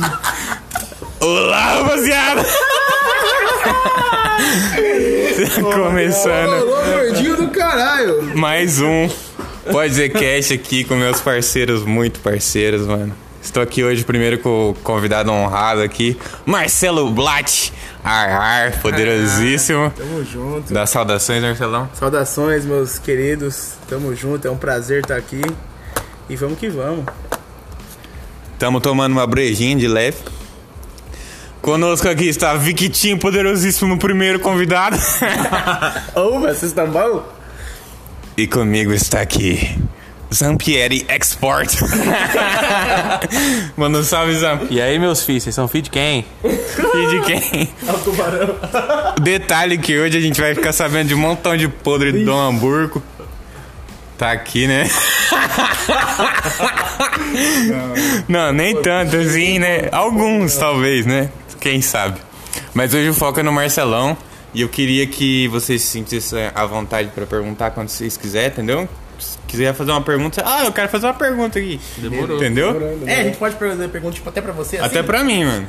Olá, rapaziada! Começando. Ô, gordinho do caralho! Mais um podcast aqui com meus parceiros, muito parceiros, mano. Estou aqui hoje primeiro com o convidado honrado aqui, Marcelo Blatt. Poderosíssimo. Tamo junto. Dá saudações, Marcelão. Saudações, meus queridos. Tamo junto, é um prazer estar aqui. E vamos que vamos. Tamo tomando uma brejinha de leve. Conosco aqui está Victinho, poderosíssimo primeiro convidado. Ô, vocês estão bom? E comigo está aqui Zampieri Export. Manda um salve, Zamp. E aí, meus filhos, vocês são filhos de quem? Filho de quem? É o tubarão. Detalhe que hoje a gente vai ficar sabendo de um montão de podre do Dom Hamburgo. Tá aqui, né? Não, nem tanto assim, né? Alguns, talvez, né? Quem sabe. Mas hoje o foco é no Marcelão. E eu queria que vocês se sentissem à vontade pra perguntar quando vocês quiserem, entendeu? Se quiser fazer uma pergunta, eu quero fazer uma pergunta aqui. Demorou. Entendeu? É, a gente pode fazer pergunta tipo, até pra você assim? Até pra mim, mano.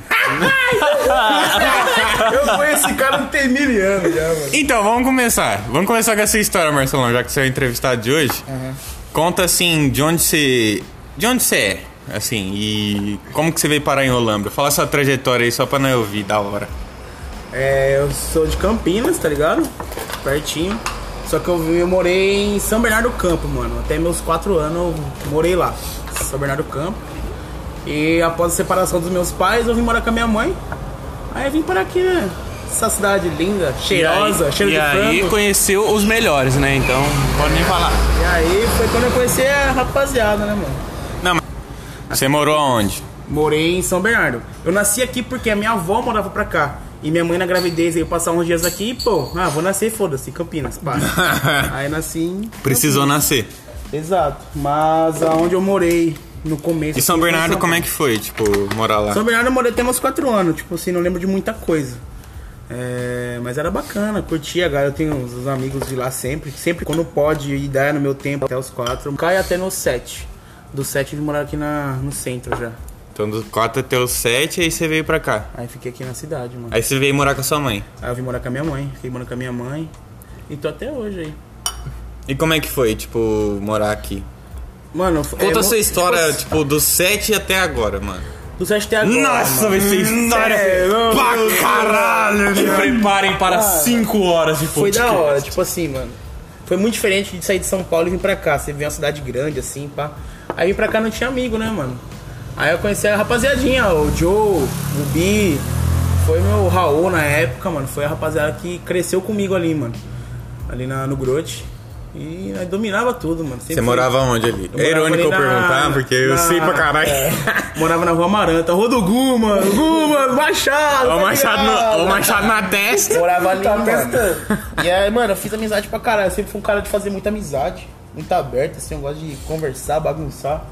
Eu conheço esse cara não tem 1000 anos já, mano. Então, vamos começar. Vamos começar com essa história, Marcelão, já que você é o entrevistado de hoje. Conta, assim, de onde você é, assim, e como que você veio parar em Olambra. Fala sua trajetória aí, só pra não ouvir, da hora. Eu sou de Campinas, tá ligado? Pertinho. Só que eu morei em São Bernardo do Campo, mano. Até meus 4 anos eu morei lá. São Bernardo do Campo. E após a separação dos meus pais, eu vim morar com a minha mãe. Aí eu vim para aqui, né? Essa cidade linda, cheirosa, cheira de frango. E aí conheceu os melhores, né? Então, não pode nem falar. E aí foi quando eu conheci a rapaziada, né, mano? Não, mas você morou aonde? Morei em São Bernardo. Eu nasci aqui porque a minha avó morava pra cá. E minha mãe na gravidez veio passar uns dias aqui e, pô, vou nascer, foda-se, Campinas, pá. Aí nasci em Precisou Campinas. nascer. Exato, mas aonde eu morei no começo... E São Bernardo, como é que foi, tipo, morar lá? São Bernardo eu morei até uns 4 anos, tipo assim, não lembro de muita coisa. Mas era bacana, curtia, eu tenho os amigos de lá sempre quando pode ir dar no meu tempo até os 4. Cai até no 7. Do 7 eu vim morar aqui no centro já. Então, dos 4 até os 7, aí você veio pra cá. Aí fiquei aqui na cidade, mano. Aí você veio morar com a sua mãe. Aí eu vim morar com a minha mãe, fiquei morando com a minha mãe. E tô até hoje aí. E como é que foi, tipo, morar aqui? Mano, Conta a sua história, tipo, do 7 até agora, mano. Do 7 até agora. Nossa, mano. vai ser história pra caralho, Se preparem para 5 horas de Foi podcast. da hora, tipo assim, mano. Foi muito diferente de sair de São Paulo e vir pra cá. Você vê uma cidade grande, assim, pá. Aí vim pra cá não tinha amigo, né, mano? Aí eu conheci a rapaziadinha, o Joe, o Bi. Foi meu Raul na época, mano. Foi a rapaziada que cresceu comigo ali, mano. Ali no Grote. E nós dominava tudo, mano. Você morava onde ali? É irônico eu perguntar, porque eu sei pra caralho. Morava na Rua Amaranta, Rua do Guma, Machado. Ó o machado na testa. Morava ali, mano. E aí, mano, eu fiz amizade pra caralho. Eu sempre fui um cara de fazer muita amizade. Muito aberto, assim, eu gosto de conversar, bagunçar.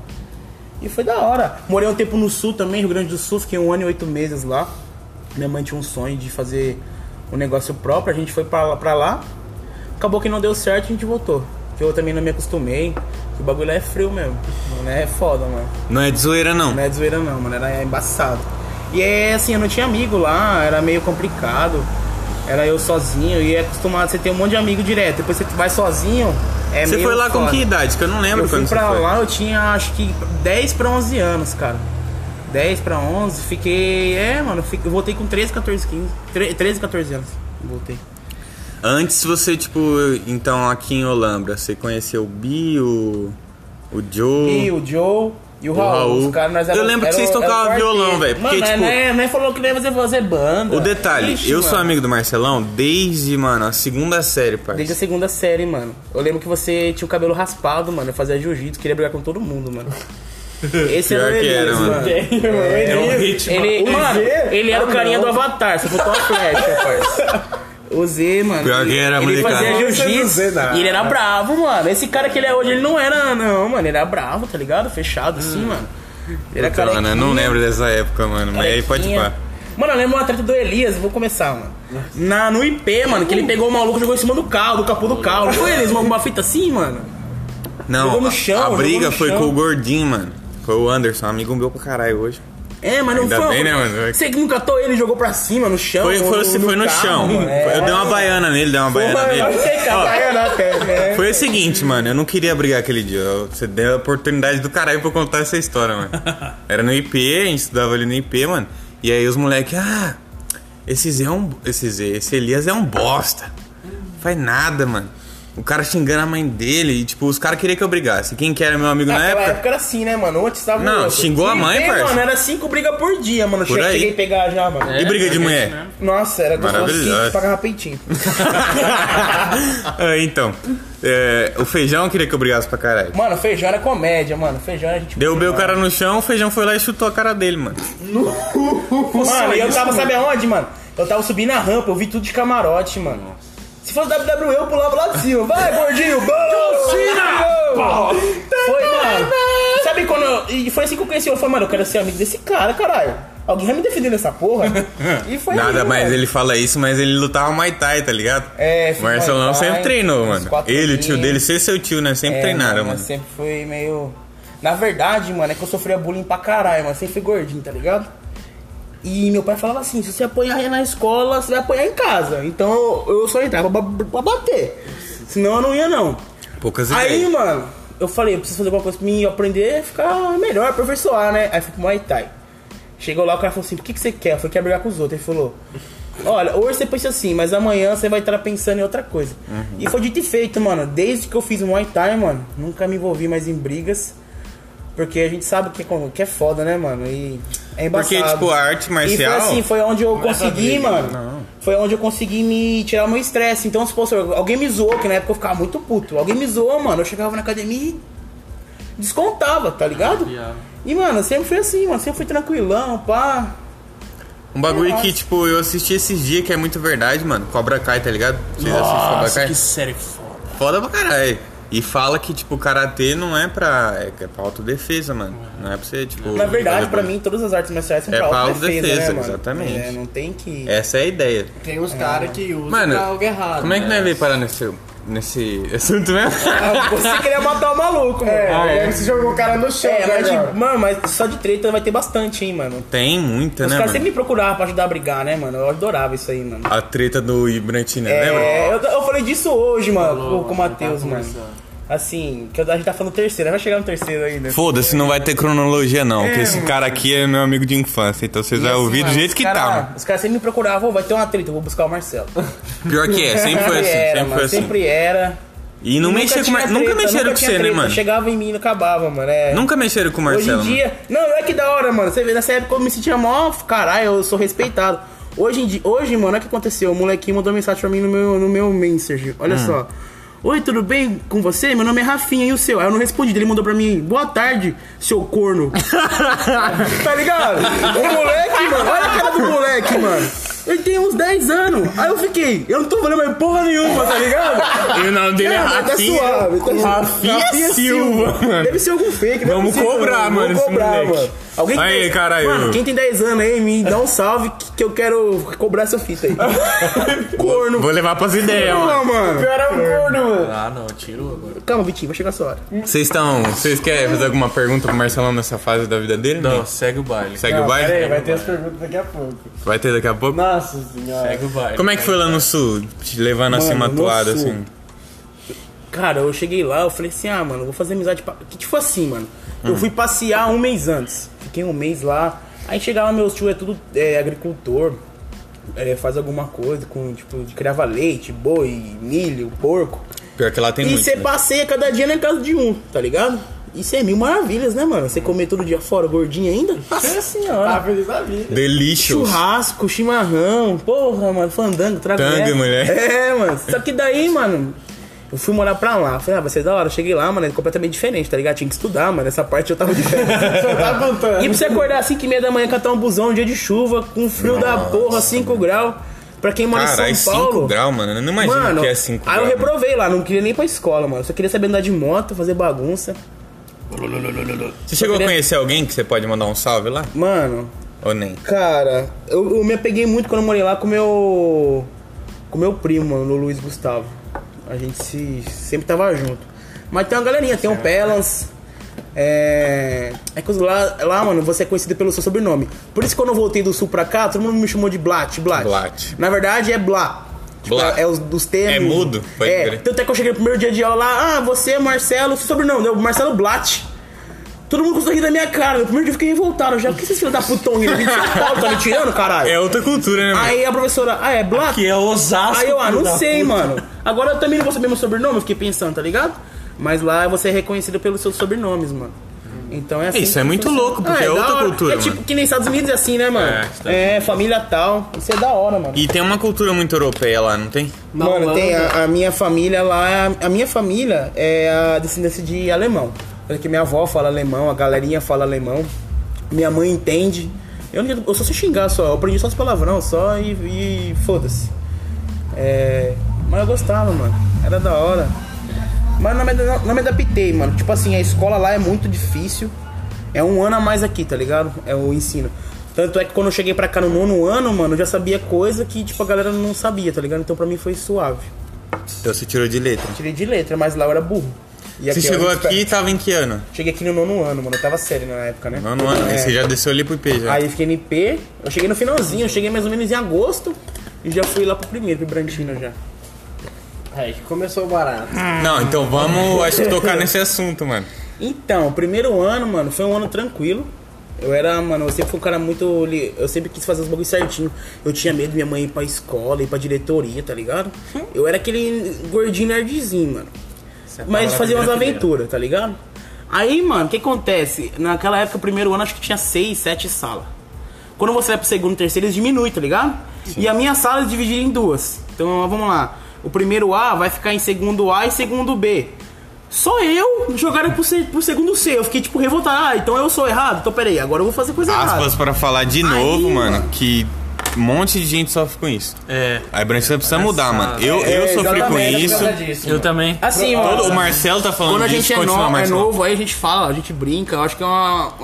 E foi da hora. Morei um tempo no Sul também, Rio Grande do Sul. Fiquei 1 ano e 8 meses lá. Minha mãe tinha um sonho de fazer um negócio próprio. A gente foi pra lá. Acabou que não deu certo, a gente voltou. Porque eu também não me acostumei. Que o bagulho lá é frio mesmo. É foda, mano. Não é de zoeira, não. Não é de zoeira não, mano. Era embaçado. E assim, eu não tinha amigo lá. Era meio complicado. Era eu sozinho. E é acostumado, você tem um monte de amigo direto. Depois você vai sozinho. Você foi lá com que idade? Que eu não lembro quando você foi. Eu fui pra lá, eu tinha acho que 10 pra 11 anos, cara. 10 pra 11, fiquei... mano, eu voltei com 13, 14, 15... 13, 14 anos, voltei. Antes você, tipo, então aqui em Olambra, você conheceu o Bi, o Joe... Bi, o Joe e o Raul. Os caras, eu lembro que vocês tocavam violão, velho. Mano, porque, tipo... nem falou que nem fazer banda. O detalhe, Ixi, eu mano. sou amigo do Marcelão desde, mano, a 2ª série, parceiro. Desde a 2ª série, mano. Eu lembro que você tinha o cabelo raspado, mano. Eu fazia jiu-jitsu, queria brigar com todo mundo, mano. Esse Pior era o que era, Elias, mano. É um ritmo. Ele era o carinha do Avatar, você botou uma flecha, parça. O Z, mano. Pior que era, ele molecada. fazia jiu-jitsu e ele era bravo, mano. Esse cara que ele é hoje, ele não era, não, mano. Ele era bravo, tá ligado? Fechado assim, mano. Ele era Puta, mano, eu não lembro dessa época, mano. Mas aí pode pá. Mano, eu lembro uma treta do Elias, vou começar, mano. No IP, mano, que ele pegou o maluco e jogou em cima do carro, do capô do carro. Não foi, Elias? Uma fita assim, mano? Não, Jogou no chão, a briga jogou no foi chão. com o gordinho, mano. Foi o Anderson, amigo meu pra caralho hoje. Mas não Ainda foi. bem, né, mano? Você que nunca catou ele e jogou pra cima, no chão. Foi no carro, chão. mano. Eu dei uma baiana nele, Foi o seguinte, mano, eu não queria brigar aquele dia. Você deu a oportunidade do caralho pra eu contar essa história, mano. Era no IP, a gente estudava ali no IP, mano. E aí os moleques, esse Elias é um bosta. Faz nada, mano. O cara xingando a mãe dele e, tipo, os caras queriam que eu brigasse. Quem que era meu amigo na época? época era assim, né, mano? Antes tava Não, xingou a mãe, parça. Mano, era 5 brigas por dia, mano. Por aí. Cheguei a pegar já, mano. E briga de mulher? Nossa, era gostoso Maravilhoso. que pagava peitinho. Então, o Feijão queria que eu brigasse pra caralho. Mano, Feijão era comédia, mano. Feijão era gente... Derrubei o cara no chão, o Feijão foi lá e chutou a cara dele, mano. Mano, e eu tava, sabe aonde, mano? Eu tava subindo a rampa, eu vi tudo de camarote, mano. Se fosse WWE, eu pulava lá de cima. Vai, gordinho! Foi, mano. Sabe quando E foi assim que eu conheci. Eu falei, mano, eu quero ser amigo desse cara, caralho. Alguém vai me defender nessa porra? E foi Nada, aí, mas mano. ele fala isso, mas ele lutava Muay Thai, tá ligado? O Marcelão sempre treinou, mano. Ele, o tio dele, seu tio, né? Sempre treinaram, mano. Sempre foi meio... Na verdade, mano, é que eu sofria bullying pra caralho, mano. Sempre fui gordinho, tá ligado? E meu pai falava assim, se você apanhar na escola, você vai apanhar em casa. Então eu só entrava pra bater. Senão eu não ia, não. Poucas Aí, ideias. mano, eu falei, eu preciso fazer alguma coisa pra mim aprender a ficar melhor, aperfeiçoar, né? Aí fui pro Muay Thai. Chegou lá, o cara falou assim, o que você quer? Eu falei, quer brigar com os outros. Ele falou, olha, hoje você pensa assim, mas amanhã você vai estar pensando em outra coisa. E foi dito e feito, mano. Desde que eu fiz o Muay Thai, mano, nunca me envolvi mais em brigas. Porque a gente sabe que é foda, né, mano? E é embaçado. Porque, tipo, a arte marcial... E foi assim, foi onde eu consegui, mano. Não. Foi onde eu consegui me tirar o meu estresse. Então, se fosse, alguém me zoou, que na época eu ficava muito puto. Alguém me zoou, mano. Eu chegava na academia e descontava, tá ligado? E, mano, eu sempre fui assim, mano. Sempre fui tranquilão, pá. Um bagulho que, tipo, eu assisti esses dias que é muito verdade, mano. Cobra Kai, tá ligado? Vocês assistem Cobra Kai? Que série foda. Foda pra caralho. E fala que, tipo, karatê não é pra... É pra autodefesa, mano. Não é pra você, tipo... Na verdade, pra mim, todas as artes marciais são É pra autodefesa, né, autodefesa, mano? exatamente. Não tem que... Essa é a ideia. Tem os caras que usam Mano, pra algo errado. como é que nós veio parar nesse assunto mesmo? Você queria matar o maluco, mano. Você jogou o cara no chão, Mano, mas só de treta vai ter bastante, hein, mano. Tem muita, Os né, caras mano? sempre me procuravam pra ajudar a brigar, né, mano? Eu adorava isso aí, mano. A treta do Ibrantina, lembra? Eu falei disso hoje, mano, com o Matheus, mano. Assim, que a gente tá falando terceiro, vai chegar no terceiro ainda. Foda-se, não vai ter cronologia, não. Porque esse cara aqui é meu amigo de infância. Então vocês vão ouvir do jeito que tá, mano. Os caras sempre me procuravam, vai ter uma treta, eu vou buscar o Marcelo. Pior que é, sempre foi assim. Sempre foi assim. Sempre era. E não mexia com o Marcelo. Nunca mexeram com você, né, mano? Chegava em mim e não acabava, mano. Nunca mexeram com o Hoje Marcelo. em dia. Não é que da hora, mano. Você vê, nessa época eu me sentia mó. Caralho, eu sou respeitado. Hoje, mano, olha o que aconteceu. O molequinho mandou mensagem pra mim no meu Messenger. Olha só. Oi, tudo bem com você? Meu nome é Rafinha, e o seu? Aí eu não respondi, ele mandou pra mim, boa tarde, seu corno. Tá ligado? O moleque, mano, olha a cara do moleque, mano. Ele tem uns 10 anos. Aí eu fiquei, eu não tô falando mais porra nenhuma, tá ligado? E o nome dele é Rafinha. Tá suave, Rafinha Silva, mano. Deve ser algum fake, né? Vamos cobrar, mano, Vamos esse cobrar, moleque. mano. Alguém Aí, tem... caralho. Mano, quem tem 10 anos aí, me dá um salve que eu quero cobrar essa fita aí. Corno. Vou levar pras ideias, mano. Não, mano. O cara é um corno, mano. Ah, não, tirou agora. Calma, Vitinho, vai chegar a sua hora. Vocês querem fazer alguma pergunta pro Marcelão nessa fase da vida dele? Não, segue o baile. Segue o baile? Pera aí, vai ter as perguntas daqui a pouco. Vai ter daqui a pouco? Nossa senhora. Segue o baile. Como é que foi lá no sul? Te levando assim uma no toada, sul. assim? Cara, eu cheguei lá, eu falei assim, mano, eu vou fazer amizade que tipo assim, mano. Eu fui passear um mês antes. Fiquei um mês lá. Aí chegava, meus tio é tudo agricultor. Faz alguma coisa com, tipo, de criava leite, boi, milho, porco. Pior que lá tem E muito. você né? passeia cada dia na casa de um, tá ligado? Isso é mil maravilhas, né, mano? Você comer todo dia fora, gordinho ainda? Nossa senhora. Tá feliz da vida. Delicious. Churrasco, chimarrão, porra, mano, fandango, trago Tanga, mulher. mano. Só que daí, mano, eu fui morar pra lá. Falei, vai ser da hora. Cheguei lá, mano, é completamente diferente, tá ligado? Tinha que estudar, mano. Essa parte eu tava de férias. Só tá contando. E pra você acordar às 5h30 da manhã, catar um busão, um dia de chuva, com frio da porra, 5 graus. Pra quem mora Caralho, em São Paulo. 5 graus, mano. Eu não imagino Mano, que é 5 aí graus. eu reprovei lá, não queria nem ir pra escola, mano. Só queria saber andar de moto, fazer bagunça. Você chegou a conhecer alguém que você pode mandar um salve lá? Mano, Ou nem? cara, eu me apeguei muito quando eu morei lá com meu primo, mano, o Luiz Gustavo. A gente sempre tava junto. Mas tem uma galerinha, tem o Pelans, É que lá, mano, você é conhecido pelo seu sobrenome. Por isso que quando eu voltei do sul pra cá, todo mundo me chamou de Blat. Blat. Na verdade é Blá. Tipo, Blá. é dos termos. É mudo? Pode crer. Tanto é que eu cheguei no primeiro dia de aula lá, você é Marcelo, seu sobrenome, deu Marcelo Blat. Todo mundo começou a rir da minha cara. No primeiro dia eu fiquei revoltado já. Por que esses filhos da puta estão rindo? A gente de São Paulo tá me tirando, caralho? É outra cultura, né, mano? Aí a professora, é Blat? Que é Osasco. Aí eu, filho não da sei, puta. mano. Agora eu também não vou saber meu sobrenome, eu fiquei pensando, tá ligado? Mas lá você é reconhecido pelos seus sobrenomes, mano. Então é assim. Isso é muito louco, porque é da outra hora. cultura, É tipo mano. que nem Estados Unidos é assim, né, mano? Família tal. Isso é da hora, mano. E tem uma cultura muito europeia lá, não tem? Mano, tem a minha família lá. A minha família é a descendência de alemão. Porque minha avó fala alemão, a galerinha fala alemão. Minha mãe entende. Eu só sei xingar só. Eu aprendi só os palavrão só e foda-se. Mas eu gostava, mano. Era da hora. Mas não me adaptei, mano. Tipo assim, a escola lá é muito difícil. É um ano a mais aqui, tá ligado? É o ensino. Tanto é que quando eu cheguei pra cá no 9º ano, mano, eu já sabia coisa que, tipo, a galera não sabia, tá ligado? Então pra mim foi suave. Então você tirou de letra. Tirei de letra, mas lá eu era burro. E Você eu chegou era aqui e tava em que ano? Cheguei aqui no 9º ano, mano. Eu tava sério na época, né? Nono ano. Aí você já desceu ali pro IP já. Aí eu fiquei no IP. Eu cheguei no finalzinho. Eu cheguei mais ou menos em agosto. E já fui lá pro primeiro, pro Brantina já. Aí que começou o barato. Não, então vamos, acho que tocar nesse assunto, mano. Então, o primeiro ano, mano, foi um ano tranquilo. Eu sempre fui um cara muito... Eu sempre quis fazer os bagulhos certinho. Eu tinha medo de minha mãe ir pra escola, ir pra diretoria, tá ligado? Eu era aquele gordinho nerdzinho, mano. Mas fazia umas aventuras, tá ligado? Aí, mano, o que acontece? Naquela época, o primeiro ano, acho que tinha 6, 7 salas. Quando você vai pro segundo e terceiro, eles diminuem, tá ligado? Sim. E a minha sala é dividida em duas. Então, vamos lá. O primeiro A vai ficar em segundo A e segundo B. Só eu jogaram pro segundo C. Eu fiquei, tipo, revoltado. Então eu sou errado? Então, peraí, agora eu vou fazer coisa errada. Aspas para falar de novo, mano, que um monte de gente sofre com isso. A Brantina precisa mudar, mano. Eu sofri com isso. Eu também. Assim, mano, O Marcelo tá falando quando a disso, gente continua, é Marcelo. novo, aí a gente fala, a gente brinca. Eu acho que é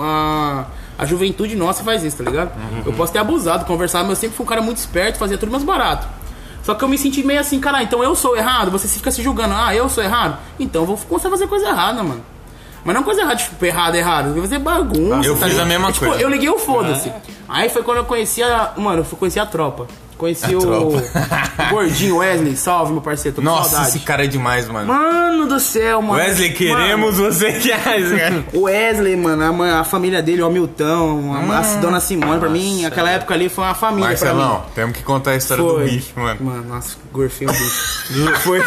a juventude nossa faz isso, tá ligado? Eu posso ter abusado, conversado, mas eu sempre fui um cara muito esperto, fazia tudo mais barato. Só que eu me senti meio assim, cara, então eu sou errado? Você fica se julgando, eu sou errado? Então eu vou começar a fazer coisa errada, mano. Mas não coisa errada, tipo, errado. Eu vou fazer bagunça. Eu fiz a mesma tipo, coisa. Eu liguei o foda-se. Aí foi quando eu conheci a tropa. Conheci o gordinho Wesley, salve meu parceiro, tô com Nossa, saudade. esse cara é demais, mano. Mano do céu, mano. Wesley, queremos você que é. O Wesley, mano, a família dele, o Hamilton, a Dona Simone, pra mim, aquela época ali foi uma família pra mim. Marcelão, temos que contar a história do bicho, mano. Mano, nossa, gorfei o bicho. Foi.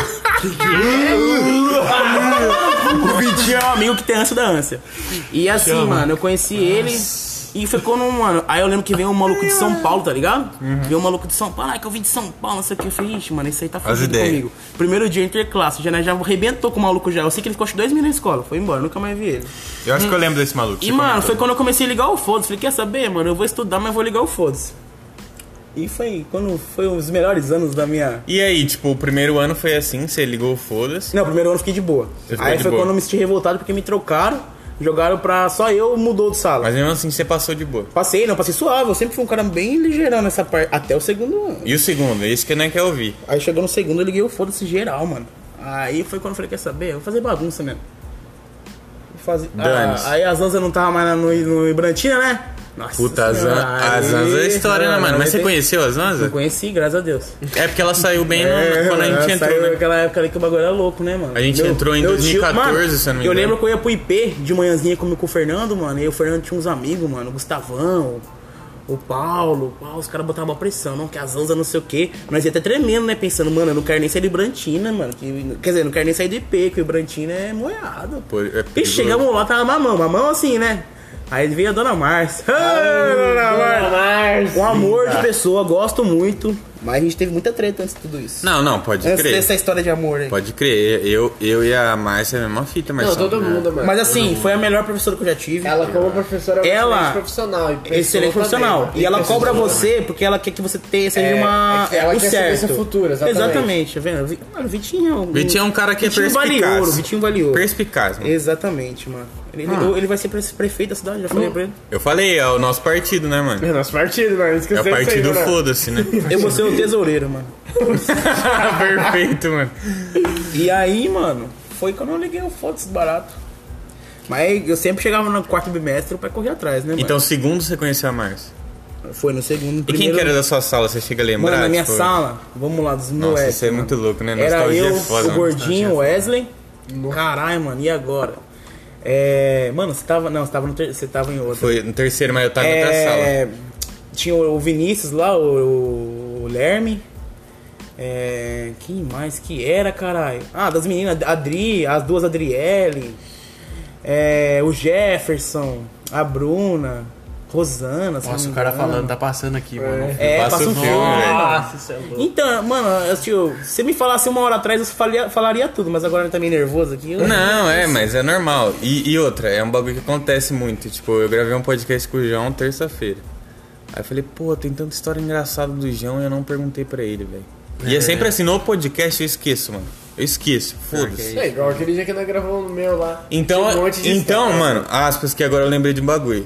O Vitinho é um amigo que tem ânsia da ânsia. E assim, mano, eu conheci ele. E foi quando, mano. Aí eu lembro que veio um maluco de São Paulo, tá ligado? Veio um maluco de São Paulo, que eu vim de São Paulo, não sei o que. Eu falei, ixi, mano, isso aí tá fugindo comigo. Primeiro dia interclasse, já arrebentou com o maluco já. Eu sei que ele ficou 2 meses na escola, foi embora, nunca mais vi ele. Eu acho que eu lembro desse maluco. E, mano, foi quando eu comecei a ligar o foda-se. Falei, quer saber, mano? Eu vou estudar, mas vou ligar o foda-se. E foi quando foi os melhores anos da minha... E aí, tipo, o primeiro ano foi assim, você ligou o foda-se? Não, o primeiro ano eu fiquei de boa. Aí foi quando eu me senti revoltado porque me trocaram. Jogaram pra só eu, mudou de sala. Mas mesmo assim você passou de boa. Passei suave. Eu sempre fui um cara bem ligeirão nessa parte. Até o segundo ano. E o segundo? Esse que eu nem quer ouvir. Aí chegou no segundo, eu liguei o foda-se geral, mano. Aí foi quando eu falei, quer saber? Eu vou fazer bagunça mesmo. Aí as Anzas não tava mais no Ibrantina, né? Nossa. Puta, as Anzas é história, né, mano? Mas você conheceu as Anzas? Eu conheci, graças a Deus. É porque ela saiu bem quando a gente entrou, saiu né? naquela época ali que o bagulho era louco, né, mano? A gente entrou em 2014, se eu não me engano. Eu lembro que eu ia pro IP de manhãzinha comigo com o Fernando, mano. E o Fernando tinha uns amigos, mano. O Gustavão, o Paulo. Os caras botavam uma pressão, não, que as Anzas não sei o quê. Nós ia até tremendo, né? Pensando, mano, eu não quero nem sair de Brantina, mano. Quer dizer, não quero nem sair do IP, que o Brantina é moiado. E chegamos lá, tava mamão assim, né? Aí veio a Dona Márcia. Dona Márcia. Um amor de pessoa, gosto muito. Mas a gente teve muita treta antes de tudo isso. Não, pode antes crer. Dessa história de amor aí. Pode crer. Eu e a Márcia é a mesma fita, Marcelo. Não, todo mundo, mano. Mas assim, foi a melhor professora que eu já tive. Ela como professora é excelente profissional. Excelente profissional. E ela cobra você porque ela quer que você seja ela o quer certo. saber seu futuro, exatamente. Tá vendo? Mano, Vitinho é um cara que é perspicaz. Vitinho vale ouro. Perspicaz, mano. Exatamente, mano. Ele vai ser prefeito da cidade, já falei pra ele. Eu falei, é o nosso partido, né, mano? É o nosso partido, mano. É o partido foda-se, né? Eu vou ser o tesoureiro, mano. Perfeito, mano. E aí, mano, foi quando eu liguei o foda-se barato. Mas eu sempre chegava no quarto bimestre pra correr atrás, né, mano? Então, segundo você conheceu a Márcia. Foi no segundo. E quem que era da sua sala? Você chega a lembrar? Mano, na minha tipo... sala, vamos lá, dos Nossa, moleques. isso é muito louco, né? Era Nostalgia eu, é foda, o mano. Gordinho, o Wesley. Caralho, mano, e agora? Mano, você tava. Não, você tava em outra. Foi no terceiro, mas eu tava em outra sala. Tinha o Vinícius lá, o Lerme. Quem mais que era, caralho? Ah, das meninas, as duas Adriele. O Jefferson, a Bruna, Rosana. Nossa, o cara falando, tá passando aqui, mano. Passa um filme, velho. Nossa, isso é louco. Então, mano, se você me falasse uma hora atrás, eu falaria tudo, mas agora ele tá meio nervoso aqui. Não, mas é normal. E outra, é um bagulho que acontece muito. Tipo, eu gravei um podcast com o João terça-feira. Aí eu falei, pô, tem tanta história engraçada do João e eu não perguntei pra ele, velho. E é sempre assim, no podcast eu esqueço, mano. Eu esqueço, foda-se. É igual aquele dia que nós gravamos no meu lá. Então, Tinha um monte de história. mano, aspas, que agora eu lembrei de um bagulho.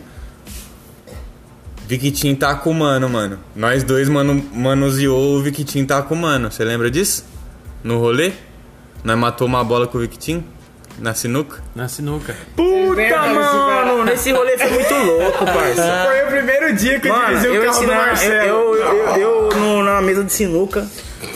Victim tá com o mano. Nós dois manuseou o Victim tá com o mano. Você lembra disso? No rolê? Nós matou uma bola com o Victim? Na sinuca? Na sinuca. Puta, mano, nesse rolê foi muito louco, parça. Foi o primeiro dia que eu dirigi o carro do Marcelo. Eu na mesa de sinuca,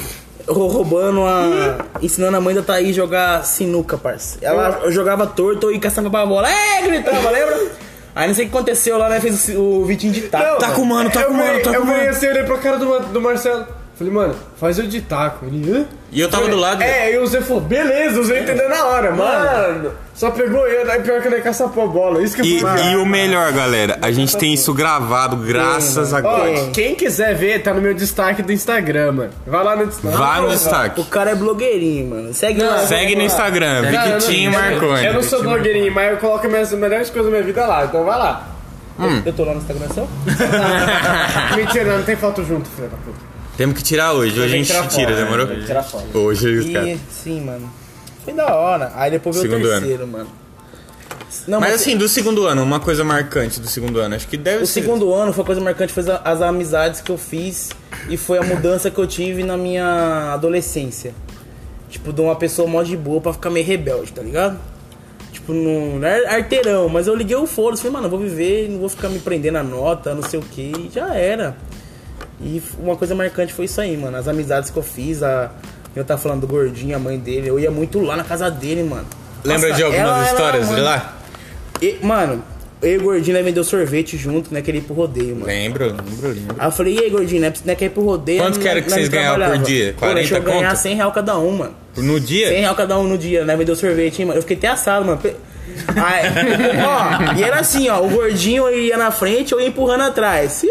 ensinando a mãe da Thaís a jogar sinuca, parça. Ela jogava torto e caçava pra bola. Gritava, lembra? Aí não sei o que aconteceu lá, né? Fez o Vitinho de taco. Tá com o mano, tá com o mano. Eu falei assim, olhei pra cara do Marcelo. Falei, mano, faz eu de taco. Ele, hã? E eu tava do lado. E o Zé falou, beleza, o Zé entendeu na hora, mano. Só pegou eu, aí pior que ele caçapou a bola. Isso que E o melhor, galera, a gente tem isso gravado, graças a God. Quem quiser ver, tá no meu destaque do Instagram, mano. Vai lá no destaque. Vai no destaque. O cara é blogueirinho, mano. Segue lá. Segue no Instagram, Victim Marconi. Eu não sou blogueirinho, mas eu coloco as melhores coisas da minha vida lá, então vai lá. Eu tô lá no Instagram seu? Mentira, não tem foto junto, filho da puta. Temos que tirar hoje a gente tira, demorou? Tem que tirar foto. Hoje, cara. Sim, mano. Foi da hora. Aí depois veio o Segundo terceiro, mano. Não, Mas assim, do segundo ano, uma coisa marcante do segundo ano, acho que deve O ser. segundo ano foi a coisa marcante, foi as amizades que eu fiz e foi a mudança que eu tive na minha adolescência. Tipo, de uma pessoa mó de boa pra ficar meio rebelde, tá ligado? Tipo, não era arteirão, mas eu liguei o foda-se, falei, mano, eu vou viver, não vou ficar me prendendo a nota, não sei o que, e já era. E uma coisa marcante foi isso aí, mano, as amizades que eu fiz, eu tava falando do Gordinho, a mãe dele, eu ia muito lá na casa dele, mano. Lembra Nossa, de algumas histórias mano, de lá? Mano, eu e o Gordinho, né, vendeu sorvete junto, né, que ele ia pro rodeio, mano. Lembro. Aí eu falei, e aí, Gordinho, né, quer ir pro rodeio? Quanto que era que nós vocês ganhavam por dia? 40 deixa eu ganhar conto? 100 reais cada um, mano. No dia? 100 reais cada um no dia, né, vendeu sorvete, hein, mano. Eu fiquei até assado, mano. Aí, ó, e era assim, ó, o Gordinho ia na frente, eu ia empurrando atrás.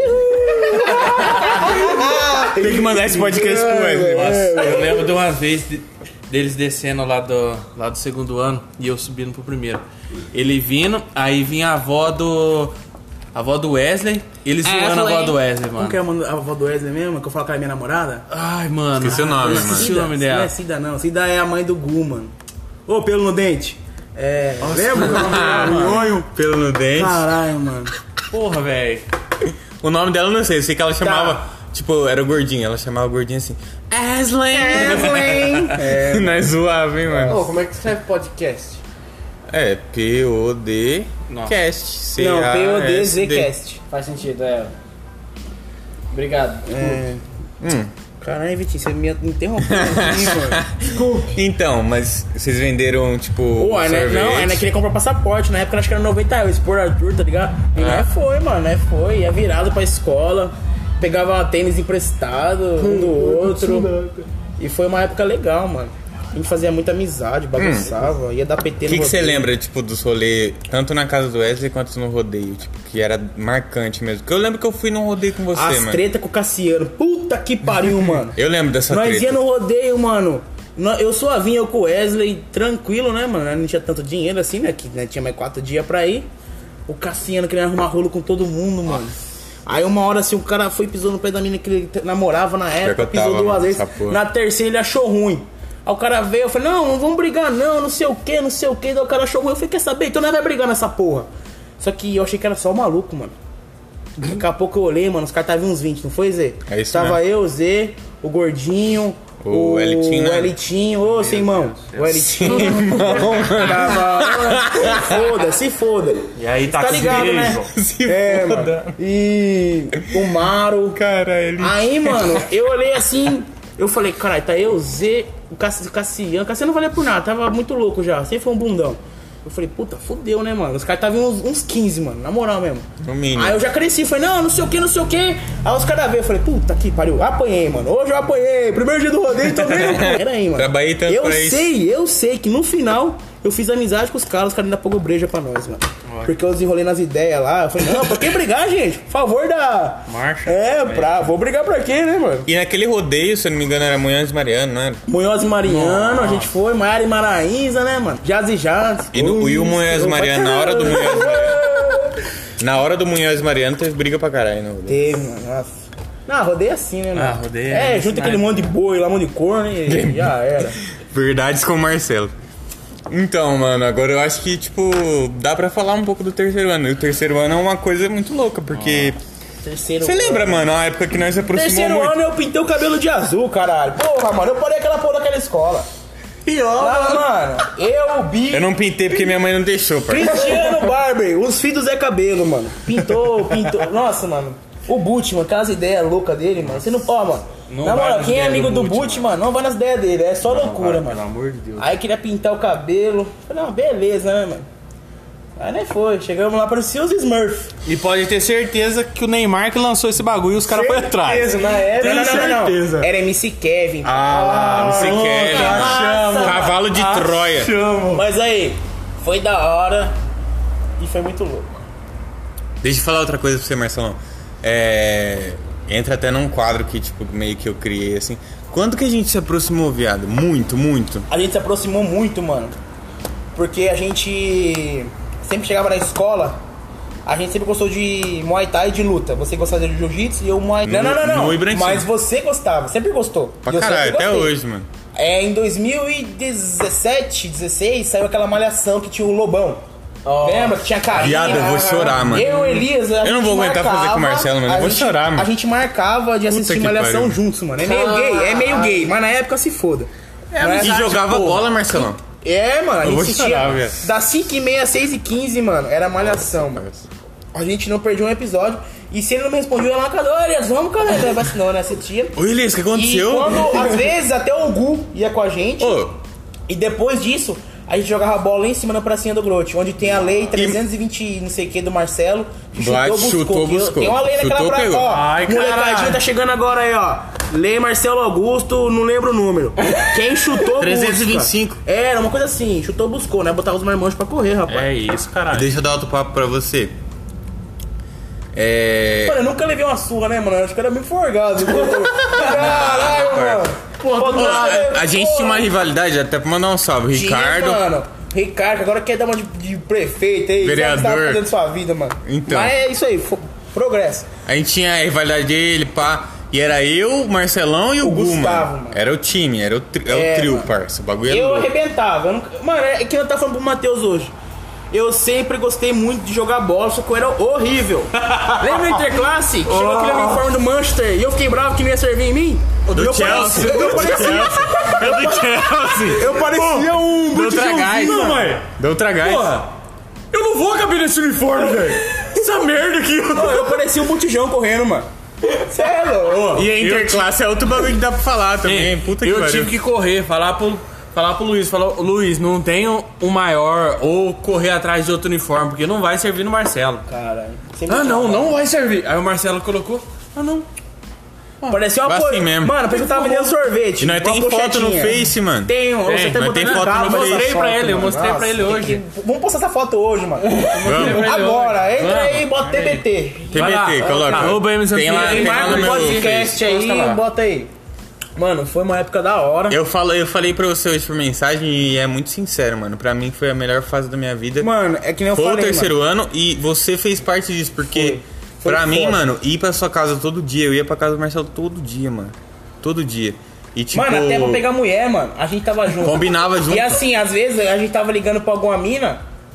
Tem que mandar esse podcast pro Wesley. Nossa, eu lembro de uma vez deles descendo lá do segundo ano e eu subindo pro primeiro. Ele vindo, aí vinha a avó do Wesley, eles zoando a avó do Wesley, mano. Como que é a avó do Wesley mesmo? Que eu falo que era minha namorada? Ai, mano. Esqueci o nome, mano. Esqueci o nome dela. Não é Cida, não. Cida é a mãe do Gu, mano. Ô, pelo no dente. Lembra? Sonho, pelo no dente. Caralho, mano. Porra, velho. O nome dela eu não sei, eu sei que ela chamava. Tipo, era o Gordinho, ela chamava o Gordinho assim. Wesley! Nós zoava, hein, mano. Ô, como é que escreve podcast? É, P-O-D Cast. Não, C-A-S-D. PODZcast. Faz sentido, Obrigado. Caralho, Vitinho, você me interrompeu aqui, mano. Desculpe. Então, mas vocês venderam, tipo, sorvete? Não, ainda queria comprar passaporte. Na época acho que era 90 euros por Arthur, tá ligado? E foi, mano, foi. Ia virado pra escola, pegava tênis emprestado um do outro. E foi uma época legal, mano. A gente fazia muita amizade, bagunçava, ia dar PT no O que você rodeio. lembra, tipo, dos rolês, tanto na casa do Wesley quanto no rodeio? Tipo, que era marcante mesmo. Porque eu lembro que eu fui num rodeio com você, As mano. treta com o Cassiano. Puta que pariu, mano. Eu lembro dessa Nós treta. ia no rodeio, mano. Eu suavinho, eu com o Wesley, tranquilo, né, mano? Não tinha tanto dinheiro assim, né? Que tinha mais 4 dias pra ir. O Cassiano querendo arrumar rolo com todo mundo, mano. Aí uma hora assim, o cara foi e pisou no pé da mina que ele namorava na época, que eu pisou tava, 2 mano, vezes. essa porra. Na terceira ele achou ruim. Aí o cara veio, eu falei, não vamos brigar não sei o que, não sei o que. Daí o cara achou ruim, eu falei, quer saber? Então nós vai brigar nessa porra. Só que eu achei que era só o maluco, mano. Daqui a pouco eu olhei, mano, os caras estavam uns 20, não foi, Zé? É isso Tava mesmo. eu, Zé, o Gordinho, O Elitinho, né? Elitinho, ô, sem mão. O Elitinho. Tava Se foda. E aí Tá ligado, né? Mano. E o Maro. Cara, ele... Aí, mano, eu olhei assim, eu falei, caralho, tá eu, Zé, o Cassiano. Cassiano não valia por nada, tava muito louco já, sempre foi um bundão. Eu falei, puta, fudeu, né, mano? Os caras estavam uns 15, mano, na moral mesmo. No mínimo. Aí eu já cresci, falei, não sei o que, não sei o que. Aí os caras veio, eu falei, puta que pariu, apanhei, mano. Hoje eu apanhei, primeiro dia do rodeio, tomei no cu. Era aí, mano. Trabalhei tanto pra isso. Eu sei que no final eu fiz amizade com os caras ainda pagou breja pra nós, mano. Porque eu desenrolei nas ideias lá. Eu falei, não, pra que brigar, gente? Por favor da... Marcha. Vou brigar pra quê, né, mano? E naquele rodeio, se eu não me engano, era Munhoz e Mariano, não era? Munhoz e Mariano, a gente foi. Maiara e Maraíza, né, mano? Jazz e Jazz. E o Munhoz e Mariano, na hora do Munhoz e Mariano... Na hora do Munhoz e Mariano, teve briga pra caralho, né? Teve, mano, nossa. Não, rodeio assim, né, mano? Rodeio junta aquele monte de boi lá, monte de corno e já era. Verdades com o Marcelo. Então, mano, agora eu acho que, tipo, dá pra falar um pouco do terceiro ano. E o terceiro ano é uma coisa muito louca, porque... Terceiro Você lembra, mano, a época que nós se aproximamos Terceiro muito? ano eu pintei o cabelo de azul, caralho. Porra, mano, eu parei aquela porra daquela escola. E ó, mano, eu, Bi... Eu não pintei porque minha mãe não deixou, parceiro. Cristiano Barber, os filhos do Zé Cabelo, mano. Pintou. Nossa, mano. O Butch, mano, aquelas ideias loucas dele, mano. Você não pode, mano. Não na vai moral, nas quem é ideias amigo do do Butch, Butch, mano, não vai nas ideias dele. É só loucura, mano. Pelo amor de Deus. Aí queria pintar o cabelo. Falei, não, beleza, né, mano? Aí nem foi. Chegamos lá, parecia os Smurfs. E pode ter certeza que o Neymar que lançou esse bagulho e os caras foram atrás. Na época, Tenho certeza. Era MC Kevin. Não sei o que é. Cavalo de Troia. Mas aí, foi da hora e foi muito louco. Deixa eu falar outra coisa pra você, Marcelão. Entra até num quadro que, tipo, meio que eu criei, assim. Quando que a gente se aproximou, viado? Muito, muito. A gente se aproximou muito, mano. Porque a gente sempre chegava na escola, a gente sempre gostou de Muay Thai e de luta. Você gostava de Jiu-Jitsu e eu Muay Thai. Não. Mas você gostava, sempre gostou. Pra caralho, até hoje, mano. Em 2017, 16, saiu aquela malhação que tinha o Lobão. Lembra que tinha carinha? Viado, eu vou chorar, mano. Eu e Elias, eu não vou aguentar fazer com o Marcelo, mano. Eu vou chorar, mano. A gente marcava de assistir malhação pariu. Juntos, mano. É meio gay, mas na época se foda. E jogava bola, Marcelão. Mano, a gente assistia chorar, das 5h30 às 6h15, mano. Era malhação, mano. A gente não perdia um episódio. E se ele não me respondia, eu ia lá, cadê? Elias, vamos, cara. Não, né? Assistia. Ô, Elias, o que aconteceu? E quando, às vezes, até o Gu ia com a gente. E depois disso, a gente jogava bola lá em cima na pracinha do Grote, onde tem a lei 320 não sei o que do Marcelo. Chutou, buscou. Tem uma lei naquela praça, ó. Ai, molecadinha tá chegando agora aí, ó. Lei Marcelo Augusto, não lembro o número. Quem chutou, 325. Busca. Era uma coisa assim, chutou, buscou, né? Botava os marmanjos pra correr, rapaz. É isso, caralho. Deixa eu dar outro papo pra você. Mano, eu nunca levei uma surra, né, mano? Eu acho que era meio forgado. Caralho, mano. A gente tinha uma rivalidade, até pra mandar um salve. Ricardo. Mano. Ricardo, agora quer dar uma de prefeito aí. Vereador. Sabe o que tá fazendo sua vida, mano. Então. Mas é isso aí, progresso. A gente tinha a rivalidade dele, pá. E era eu, Marcelão e o Gu, Gustavo, mano. Era o time, era o trio, mano. parça. O bagulho Eu louco. arrebentava. Mano, é que eu tava falando pro Matheus hoje. Eu sempre gostei muito de jogar bola, só que eu era horrível. Lembra do Interclasse? Que chegou aquele uniforme do Manchester e eu fiquei bravo que não ia servir em mim? Do Chelsea. Eu parecia um Deu outra gás. Deu outra gás. Eu não vou caber nesse uniforme, velho. Essa merda aqui. Eu parecia um botijão correndo, mano. Sério? E a Interclasse é outro bagulho que dá pra falar também. Puta que eu pariu. tive que correr, falar pro Luiz, Luiz, não tem um maior ou correr atrás de outro uniforme, porque não vai servir no Marcelo. Caralho. Não vai servir. Aí o Marcelo colocou, não. Parecia uma assim mesmo. Mano, porque eu tava vendendo sorvete. E nós tem foto no Face, mano. Tem, você tá nós botando tem na foto capa, no eu Face. mostrei pra ele hoje. Vamos postar essa foto hoje, mano. Vamos. Agora, entra aí e bota TBT. TBT, coloca. Tem lá, tem lá Marca no o meu podcast aí, bota aí. Mano, foi uma época da hora. Eu falei pra você hoje por mensagem e é muito sincero, mano. Pra mim foi a melhor fase da minha vida. Mano, é que nem eu falei, falei, foi o terceiro ano e você fez parte disso, porque Foi pra mim, foda. mano, ir pra sua casa todo dia, eu ia pra casa do Marcelo todo dia, mano. Todo dia. E tipo... Mano, até pra pegar mulher, mano, a gente tava junto. Combinava junto. E assim, às vezes a gente tava ligando pra alguma mina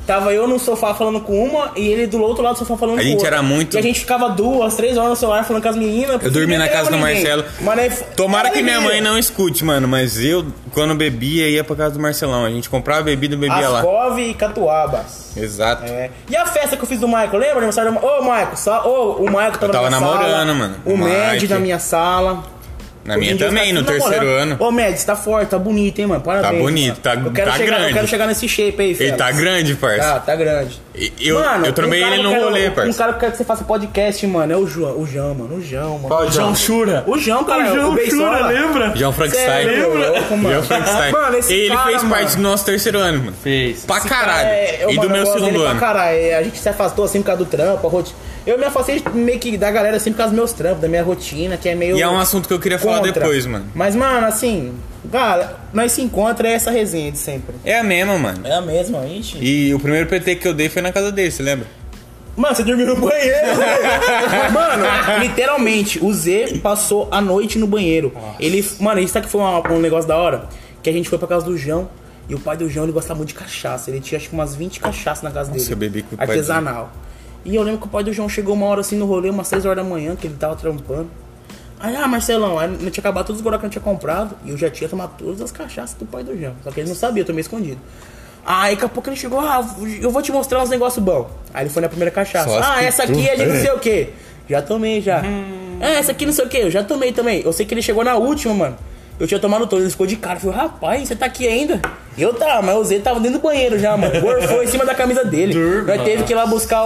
Tava eu no sofá falando com uma e ele do outro lado do sofá falando com outra. A gente era muito... E a gente ficava 2, 3 horas no celular falando com as meninas. Eu dormi na casa do Marcelo. Mano, aí, Tomara que minha mãe não escute, mano. Mas eu, quando bebia, ia pra casa do Marcelão. A gente comprava bebida e bebia lá. Ascov e Catuabas. Exato. É. E a festa que eu fiz do Michael, lembra? Aniversário do Ô, Michael, o Michael tava tava na minha namorando, sala, mano. O Mad Mike. na minha sala. Na minha Hoje em dia também, tá no tudo terceiro namorando. ano. Ô, Mad, você tá forte, tá bonito, hein, mano? Parabéns. Tá bonito, mano. tá Eu quero grande. Eu quero chegar nesse shape aí, Ele tá grande, parça. Tá grande. Eu trombei ele no rolê, parça. Um cara que eu quero que você faça podcast, mano, é o João. O João, mano. Qual O João? Chura. O João, cara. O João Chura, lembra? João Frankenstein. João Frankenstein. Mano, esse Ele cara, fez mano. parte do nosso terceiro ano, mano. Fez. Pra caralho. E do mano, meu eu gosto segundo dele ano. Pra caralho. A gente se afastou assim por causa do trampo, a rotina. Eu me afastei meio que da galera assim por causa dos meus trampos, da minha rotina, que é meio. E é um assunto que eu queria falar contra. depois, mano. Mas, mano, assim, cara, nós se encontra é essa resenha de sempre. É a mesma, mano. É a mesma, ixi. E o primeiro PT que eu dei foi na casa dele, você lembra? Mano, você dormiu no banheiro. Mano, literalmente, o Z passou a noite no banheiro. Ele, mano, isso sabe que foi um negócio da hora? Que a gente foi pra casa do João. E o pai do João, ele gostava muito de cachaça. Ele tinha acho que umas 20 cachaças na casa dele. eu bebi com o pai do artesanal. E eu lembro que o pai do João chegou uma hora assim no rolê, umas 6 horas da manhã, que ele tava trampando. Aí, Marcelão, aí não tinha acabado todos os goró que eu tinha comprado. E eu já tinha tomado todas as cachaças do pai do João. Só que ele não sabia, eu tomei escondido. Aí daqui a pouco ele chegou, eu vou te mostrar uns negócios bons. Aí ele foi na primeira cachaça. Essa aqui é de não sei o que. Já tomei, já. Essa aqui não sei o que, eu já tomei também. Eu sei que ele chegou na última, mano. Eu tinha tomado todo, ele ficou de cara. Eu falei, rapaz, você tá aqui ainda? Eu tava, mas o Zé tava dentro do banheiro já, mano. Gorfou em cima da camisa dele. Nós teve que ir lá buscar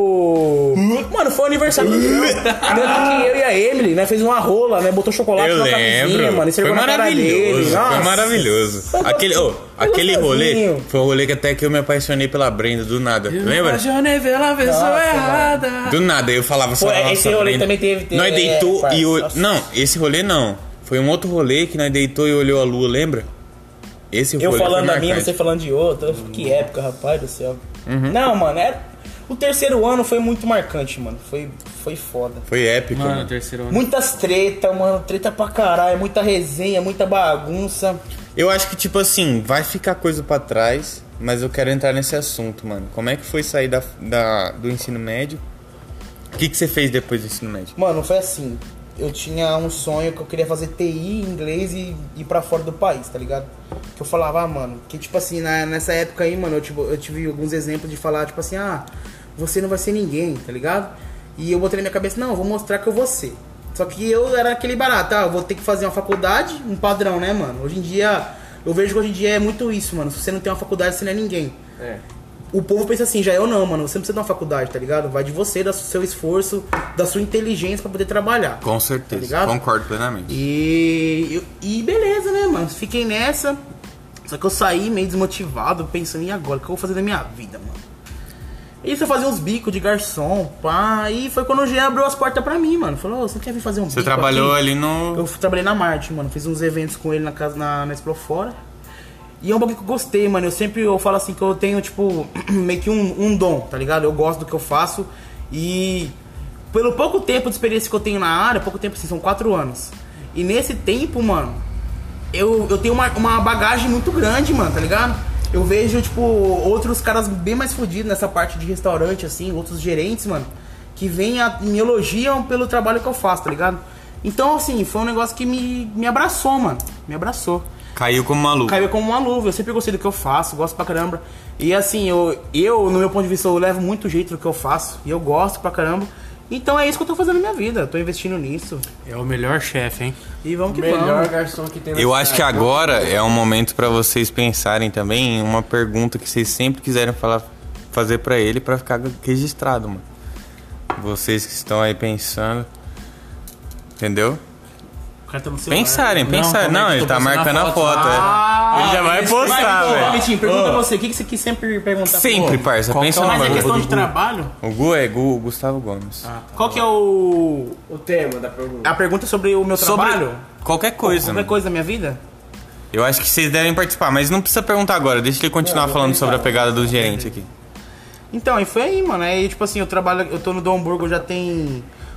o... Mano, foi o aniversário do João. Tanto que eu e a Emily, né, fez uma rola, né, botou chocolate Eu na lembro. camisinha, mano. E Foi serviu na cara dele. maravilhoso. Foi Nossa. maravilhoso. Aquele rolê foi um rolê que até que eu me apaixonei pela Brenda, do nada. Lembra? Apaixonei pela pessoa errada. Do nada, eu falava só. Pô, esse nossa, rolê Brenda. também teve... Nós deitou parça, e... nossa. Não, esse rolê não. Foi um outro rolê que nós deitou e olhou a lua, lembra? Esse Eu rolê falando foi da minha, marcante. você falando de outra. Que época, rapaz do céu. Não, mano, o terceiro ano foi muito marcante, mano. Foi foda. Foi épico, Mano, mano. terceiro ano. Muitas tretas, mano. Treta pra caralho. Muita resenha, muita bagunça. Eu acho que, tipo assim, vai ficar coisa pra trás, mas eu quero entrar nesse assunto, mano. Como é que foi sair do ensino médio? O que você fez depois do ensino médio? Mano, foi assim. Eu tinha um sonho que eu queria fazer TI, inglês e ir pra fora do país, tá ligado? Que eu falava, mano, que tipo assim, nessa época aí, mano, eu tive alguns exemplos de falar, tipo assim, você não vai ser ninguém, tá ligado? E eu botei na minha cabeça, não, eu vou mostrar que eu vou ser. Só que eu era aquele barato, eu vou ter que fazer uma faculdade, um padrão, né, mano? Hoje em dia, eu vejo que hoje em dia é muito isso, mano. Se você não tem uma faculdade, você não é ninguém. É. O povo pensa assim, já eu não, mano. Você não precisa de uma faculdade, tá ligado? Vai de você, do seu esforço, da sua inteligência pra poder trabalhar. Com certeza, Tá ligado? concordo plenamente. E beleza, né, mano? Fiquei nessa. Só que eu saí meio desmotivado, pensando, e agora? O que eu vou fazer da minha vida, mano? E fui fazer uns bicos de garçom, pá. E foi quando o Jean abriu as portas pra mim, mano. Falou, você quer vir fazer um bico Você trabalhou aqui? ali no... Eu trabalhei na Marte, mano. Fiz uns eventos com ele na casa, na Explofora. E é um bagulho que eu gostei, mano. Eu falo assim que eu tenho, tipo, meio que um dom, tá ligado? Eu gosto do que eu faço. E pelo pouco tempo de experiência que eu tenho na área, pouco tempo assim, são 4 anos. E nesse tempo, mano, eu tenho uma bagagem muito grande, mano, tá ligado? Eu vejo, tipo, outros caras bem mais fodidos nessa parte de restaurante, assim, outros gerentes, mano, que vêm e me elogiam pelo trabalho que eu faço, tá ligado? Então, assim, foi um negócio que me abraçou, mano. Me abraçou. Caiu como maluco. Caiu como uma luva, eu sempre gostei do que eu faço, gosto pra caramba. E assim, eu no meu ponto de vista, eu levo muito jeito do que eu faço. E eu gosto pra caramba. Então é isso que eu tô fazendo na minha vida, eu tô investindo nisso. É o melhor chefe, hein? E vamos que Melhor vamos. garçom que tem na Eu acho que cidade. agora é um momento pra vocês pensarem também em uma pergunta que vocês sempre quiserem fazer pra ele pra ficar registrado, mano. Vocês que estão aí pensando, entendeu? O cara tá no celular. Pensarem. calma Não, aí, ele tô tá postando marcando a foto, Ele já vai postar, velho. Vitinho, pergunta você, o que você quis sempre perguntar? Sempre, parça. qual Pensa que é o no Mas é bagulho. questão de trabalho? O Gu é Gustavo Gomes. Qual que é o... O tema da pergunta. A pergunta sobre o meu Sobre trabalho? qualquer coisa, Qualquer mano. coisa da minha vida? Eu acho que vocês devem participar, mas não precisa perguntar agora. Deixa ele continuar falando sobre a pegada do gerente aqui. Então, e foi aí, mano. Aí, tipo assim, eu tô no Dom Burgo já tem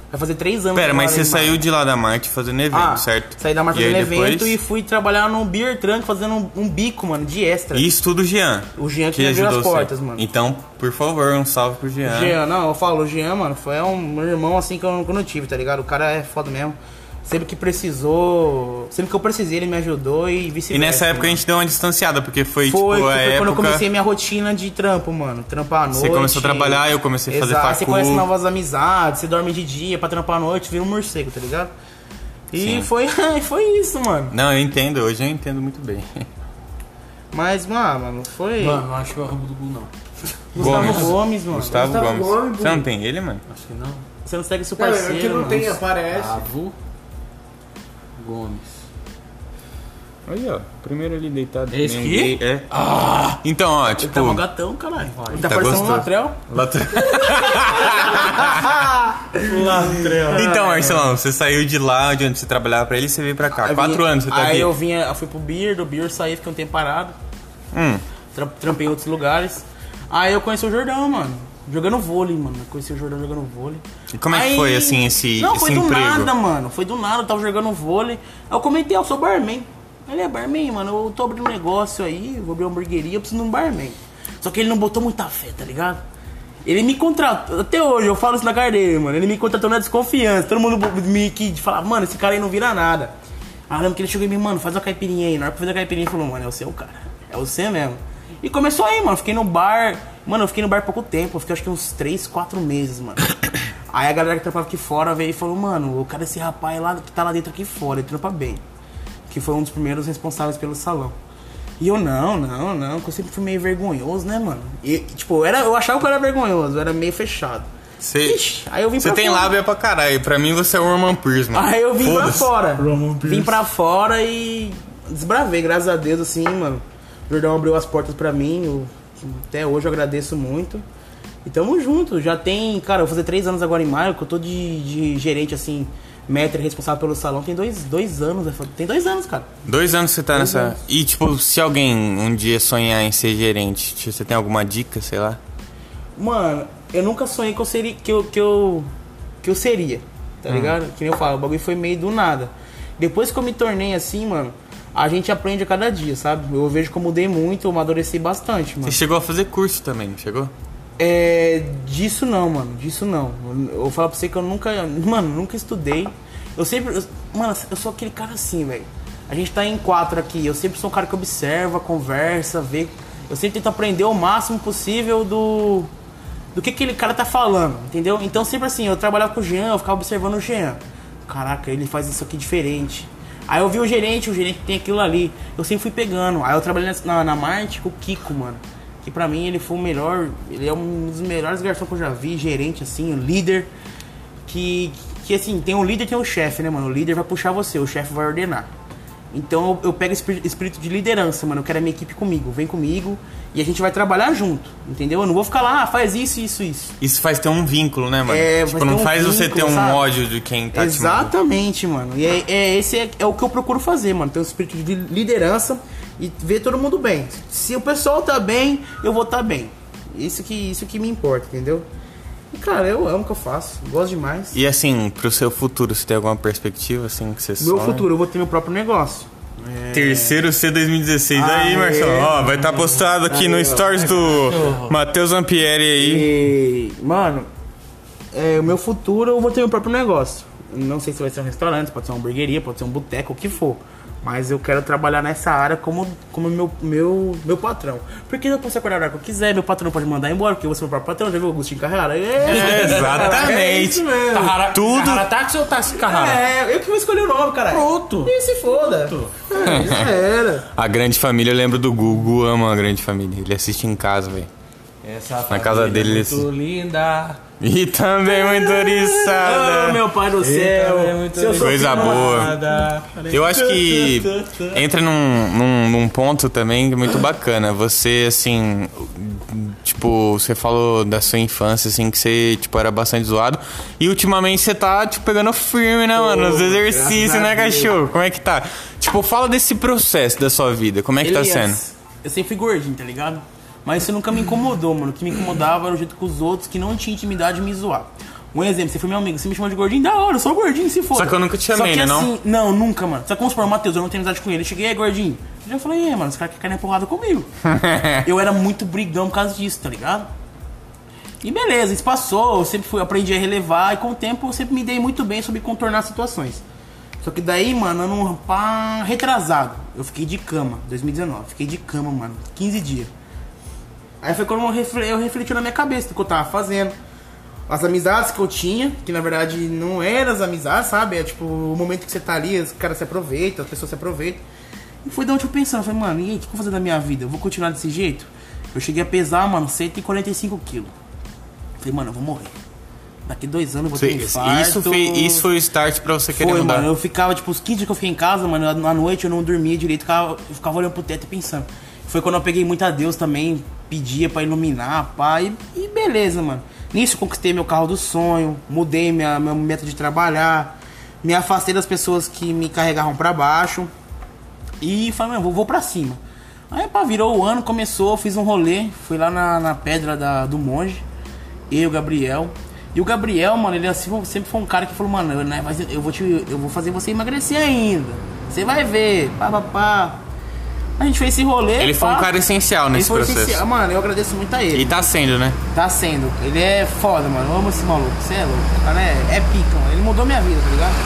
Vai fazer 3 anos. Pera, mas agora, você saiu de lá da Marte fazendo evento, certo? Saí da Marte E aí fazendo evento depois- e fui trabalhar no Beer Trunk fazendo um bico, mano, de extra. Isso tudo o Jean. O Jean que me abriu as ajudou portas, você. mano. Então, por favor, um salve pro Jean. Jean, não, eu falo, o Jean, mano, foi meu irmão assim que eu não tive, tá ligado? O cara é foda mesmo. Sempre que precisou, sempre que eu precisei, ele me ajudou e vice-versa. E nessa época a mano. gente deu uma distanciada, porque foi, Foi, tipo, a foi época... quando eu comecei minha rotina de trampo, mano. Trampar à noite. Você começou a trabalhar, eu comecei a fazer Exato, facu. você conhece novas amizades, você dorme de dia pra trampar à noite, vira um morcego, tá ligado? E Sim. foi isso, mano. Não, eu entendo, hoje eu entendo muito bem. Mas, mano, foi... Mano, não acho que é o arroba do Google, não. Gustavo Gomes, mano. Gustavo Gustavo Gomes. Gomes, Você não tem ele, mano? Acho que não. Você não segue seu Cara, parceiro, aqui não mano. tem, aparece. Gustavo Gomes. Aí, ó, primeiro ali deitado. É esse ninguém- aqui? É. Então, ó, Ele tipo... tá um gatão, caralho. Ele tá Tá parecendo um gostoso. latrel. Então, Marcelão, você saiu de lá, de onde você trabalhava pra ele, e você veio pra cá. Eu 4 vinha- anos você tá aí aqui. eu fui pro Beer, do Beer saí, fiquei um tempo parado. Hum. Trampei em outros lugares. Aí eu conheci o Jordão, mano. Jogando vôlei, mano. Eu conheci o Jordão jogando vôlei. E como é que foi, assim, esse Não, foi do emprego? nada, mano. Foi do nada, eu tava jogando vôlei. Aí eu comentei, eu sou barman. Ele é barman, mano. Eu tô abrindo um negócio aí, vou abrir uma hamburgueria, eu preciso de um barman. Só que ele não botou muita fé, tá ligado? Ele me contratou, até hoje eu falo isso na cara dele, mano. Ele me contratou na desconfiança. Todo mundo me que falava, mano, esse cara aí não vira nada. Aí eu lembro que ele chegou em mim, mano, faz uma caipirinha aí. Na hora que eu fiz a caipirinha, ele falou, mano, é o seu, cara. É você mesmo. E começou aí, mano. Fiquei no bar. Mano, eu fiquei no bar pouco tempo. Eu fiquei acho que uns 3, 4 meses, mano. Aí a galera que trampava aqui fora veio e falou, mano, eu quero esse rapaz lá que tá lá dentro aqui fora, ele trampa bem. Que foi um dos primeiros responsáveis pelo salão. E eu, não, que eu sempre fui meio vergonhoso, né, mano? E, tipo, eu achava que eu era vergonhoso, eu era meio fechado. Ixi, aí eu vim Você pra tem fora. lábia pra caralho. Pra mim você é o Roman Pierce, mano. Aí eu vim pra Foda-se. fora. Vim pra fora e desbravei, graças a Deus, assim, mano. O Jordão abriu as portas pra mim, até hoje eu agradeço muito. E tamo junto, já tem, cara, eu vou fazer 3 anos agora em maio, que eu tô de gerente, assim, maître responsável pelo salão, tem 2 anos, tem 2 anos, cara. 2 anos que você tá 2 nessa... anos. E, tipo, se alguém um dia sonhar em ser gerente, você tem alguma dica, sei lá? Mano, eu nunca sonhei que eu seria, que eu seria, tá ligado? Que nem eu falo, o bagulho foi meio do nada. Depois que eu me tornei assim, mano, a gente aprende a cada dia, sabe? Eu vejo que eu mudei muito, eu amadureci bastante, mano. Você chegou a fazer curso também, não chegou? Disso não, mano, disso não. Eu falo pra você que eu nunca, mano, nunca estudei. Mano, eu sou aquele cara assim, velho. A gente tá em 4 aqui, eu sempre sou um cara que observa, conversa, vê. Eu sempre tento aprender o máximo possível do que aquele cara tá falando, entendeu? Então sempre assim, eu trabalhava com o Jean, eu ficava observando o Jean. Caraca, ele faz isso aqui diferente. Aí eu vi o gerente tem aquilo ali. Eu sempre fui pegando. Aí eu trabalhei na Marte com o Kiko, mano. Que pra mim ele foi o melhor, ele é um dos melhores garçons que eu já vi, gerente assim, um líder. Que assim, tem um líder e tem um chefe, né, mano? O líder vai puxar você, o chefe vai ordenar. Então eu pego espírito de liderança, mano. Eu quero a minha equipe comigo, vem comigo e a gente vai trabalhar junto, entendeu? Eu não vou ficar lá, faz isso. Isso faz ter um vínculo, né, mano? É, tipo, vai não ter um faz você vínculo, ter um sabe? ódio de quem tá te mandando. Exatamente, mano. E esse é o que eu procuro fazer, mano. Ter um espírito de liderança e ver todo mundo bem. Se o pessoal tá bem, eu vou tá bem. Isso que me importa, entendeu? E, cara, eu amo o que eu faço. Gosto demais. E assim, pro seu futuro, você tem alguma perspectiva, assim, que você Meu sonha? futuro, eu vou ter meu próprio negócio. Terceiro C 2016. Aí, Ah, Marcelo, é. ó, vai estar postado aqui no stories do Matheus Ampieri aí. E, mano, o meu futuro eu vou ter meu próprio negócio. Não sei se vai ser um restaurante, pode ser uma hamburgueria, pode ser um boteco, o que for. Mas eu quero trabalhar nessa área como meu patrão. Porque eu posso acordar a hora que eu quiser, meu patrão pode mandar embora, porque eu sou o próprio patrão, já viu o Agostinho Carrara? Exatamente. É isso mesmo. Tudo. Carrara táxi ou táxi Carrara? Eu que vou escolher o nome, cara. Pronto. E se foda. Já era. A Grande Família, eu lembro do Gugu, ama a Grande Família. Ele assiste em casa, velho. Essa Na casa família dele, é muito linda. E também muito oriçada. Oh, meu pai do céu. Se eu sou Coisa filho, boa. Eu acho que entra num ponto também muito bacana. Você, assim, tipo, você falou da sua infância, assim, que você, tipo, era bastante zoado. E ultimamente você tá, tipo, pegando firme, né, mano? Nos exercícios, né, cachorro? Como é que tá? Tipo, fala desse processo da sua vida. Como é que tá Elias, sendo? Eu sempre fui gordinho, tá ligado? Mas isso nunca me incomodou, mano. O que me incomodava era o jeito que os outros que não tinham intimidade me zoar. Um exemplo, você foi meu amigo, você me chamou de gordinho, da hora, eu sou gordinho, se for. Só que eu nunca te chamei, né, assim, não, nunca, mano. Só que vamos supor, o Matheus, eu não tenho amizade com ele. Eu cheguei, gordinho. Eu já falei, mano, esse cara quer cair na porrada comigo. Eu era muito brigão por causa disso, tá ligado? E beleza, isso passou, eu sempre aprendi a relevar e com o tempo eu sempre me dei muito bem sobre contornar situações. Só que daí, mano, ano retrasado, eu fiquei de cama, 2019, fiquei de cama, mano, 15 dias. Aí foi quando eu refleti na minha cabeça do que eu tava fazendo. As amizades que eu tinha, que na verdade não eram as amizades, sabe? É tipo, o momento que você tá ali, os caras se aproveitam, as pessoas se aproveitam. E foi de onde eu pensando, falei, mano, e aí, o que eu vou fazer da minha vida? Eu vou continuar desse jeito? Eu cheguei a pesar, mano, 145 quilos. Falei, mano, eu vou morrer. Daqui 2 anos eu vou ter um infarto. Isso foi o start pra você querer mudar? Mano, eu ficava, tipo, os 15 dias que eu fiquei em casa, mano, à noite eu não dormia direito, eu ficava olhando pro teto e pensando. Foi quando eu peguei muito a Deus também, pedia pra iluminar, pá, e beleza, mano. Nisso eu conquistei meu carro do sonho, mudei minha meta de trabalhar, me afastei das pessoas que me carregavam pra baixo e falei, mano, vou pra cima. Aí, pá, virou o ano, começou, fiz um rolê, fui lá na pedra do monge, eu e o Gabriel. E o Gabriel, mano, ele assim, sempre foi um cara que falou, mano, eu vou fazer você emagrecer ainda. Você vai ver, pá. A gente fez esse rolê. Ele foi um cara essencial nesse processo. Essencial. Mano, eu agradeço muito a ele. E tá sendo, né? Tá sendo. Ele é foda, mano. Eu amo esse maluco. Você é louco. O cara é pica, mano. Ele mudou minha vida, tá ligado?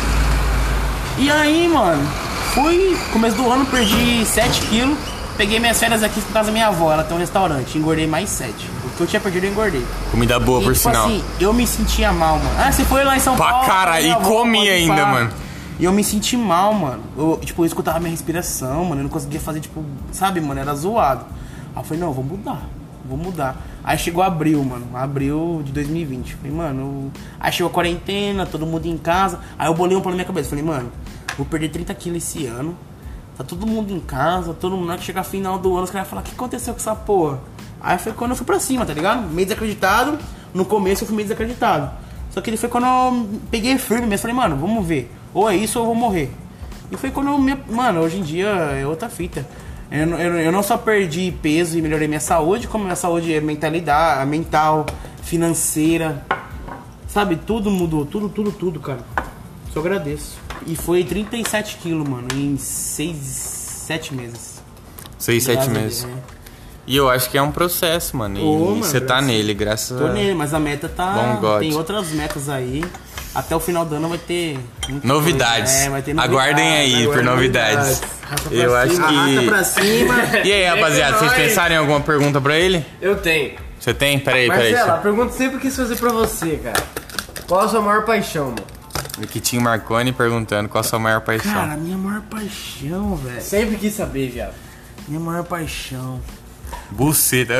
E aí, mano, começo do ano, perdi 7 quilos. Peguei minhas férias aqui por causa da minha avó. Ela tem um restaurante. Engordei mais 7. O que eu tinha perdido, eu engordei. Comida boa, por sinal. Assim, eu me sentia mal, mano. Ah, você foi lá em São Paulo. Pra caralho, e comi ainda, mano. E eu me senti mal, mano. Eu escutava minha respiração, mano. Eu não conseguia fazer, tipo, sabe, mano? Era zoado. Aí eu falei, não, vou mudar. Aí chegou abril, mano. Abril de 2020. Falei, mano. Aí chegou a quarentena, todo mundo em casa. Aí eu bolei um plano na minha cabeça. Falei, mano, vou perder 30 quilos esse ano. Tá todo mundo em casa, todo mundo. Na hora que chegar final do ano, os caras vão falar, o que aconteceu com essa porra? Aí foi quando eu fui pra cima, tá ligado? Meio desacreditado. No começo eu fui meio desacreditado. Só que ele foi quando eu peguei firme mesmo. Falei, mano, vamos ver. Ou é isso ou eu vou morrer. E foi quando Mano, hoje em dia é outra fita. Eu não só perdi peso e melhorei minha saúde, como minha saúde é mental, financeira. Sabe, tudo mudou. Tudo, cara. Só agradeço. E foi 37 quilos, mano, em 7 meses. 6, 7 meses. E eu acho que é um processo, mano. E você tá nele, graças a... Tô nele, mas a meta tá... Bom God. Tem outras metas aí. Até o final do ano vai ter... Novidades. Vai ter novidades. Aguardem aí por novidades. Eu acho que... Arrasta pra cima. E aí, rapaziada, vocês pensaram em alguma pergunta pra ele? Eu tenho. Você tem? Peraí. Marcelo, a pergunta sempre quis fazer pra você, cara. Qual a sua maior paixão, mano? Riquitinho Marconi perguntando qual a sua maior paixão. Cara, minha maior paixão, velho. Sempre quis saber, viado. Minha maior paixão. Buceta.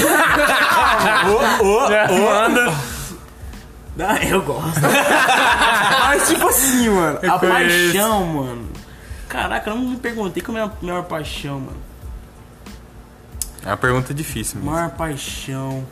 Manda. Eu gosto. Mas tipo assim, mano. A paixão, mano. Caraca, eu não me perguntei qual é a minha maior paixão, mano. É uma pergunta difícil mesmo. Maior paixão.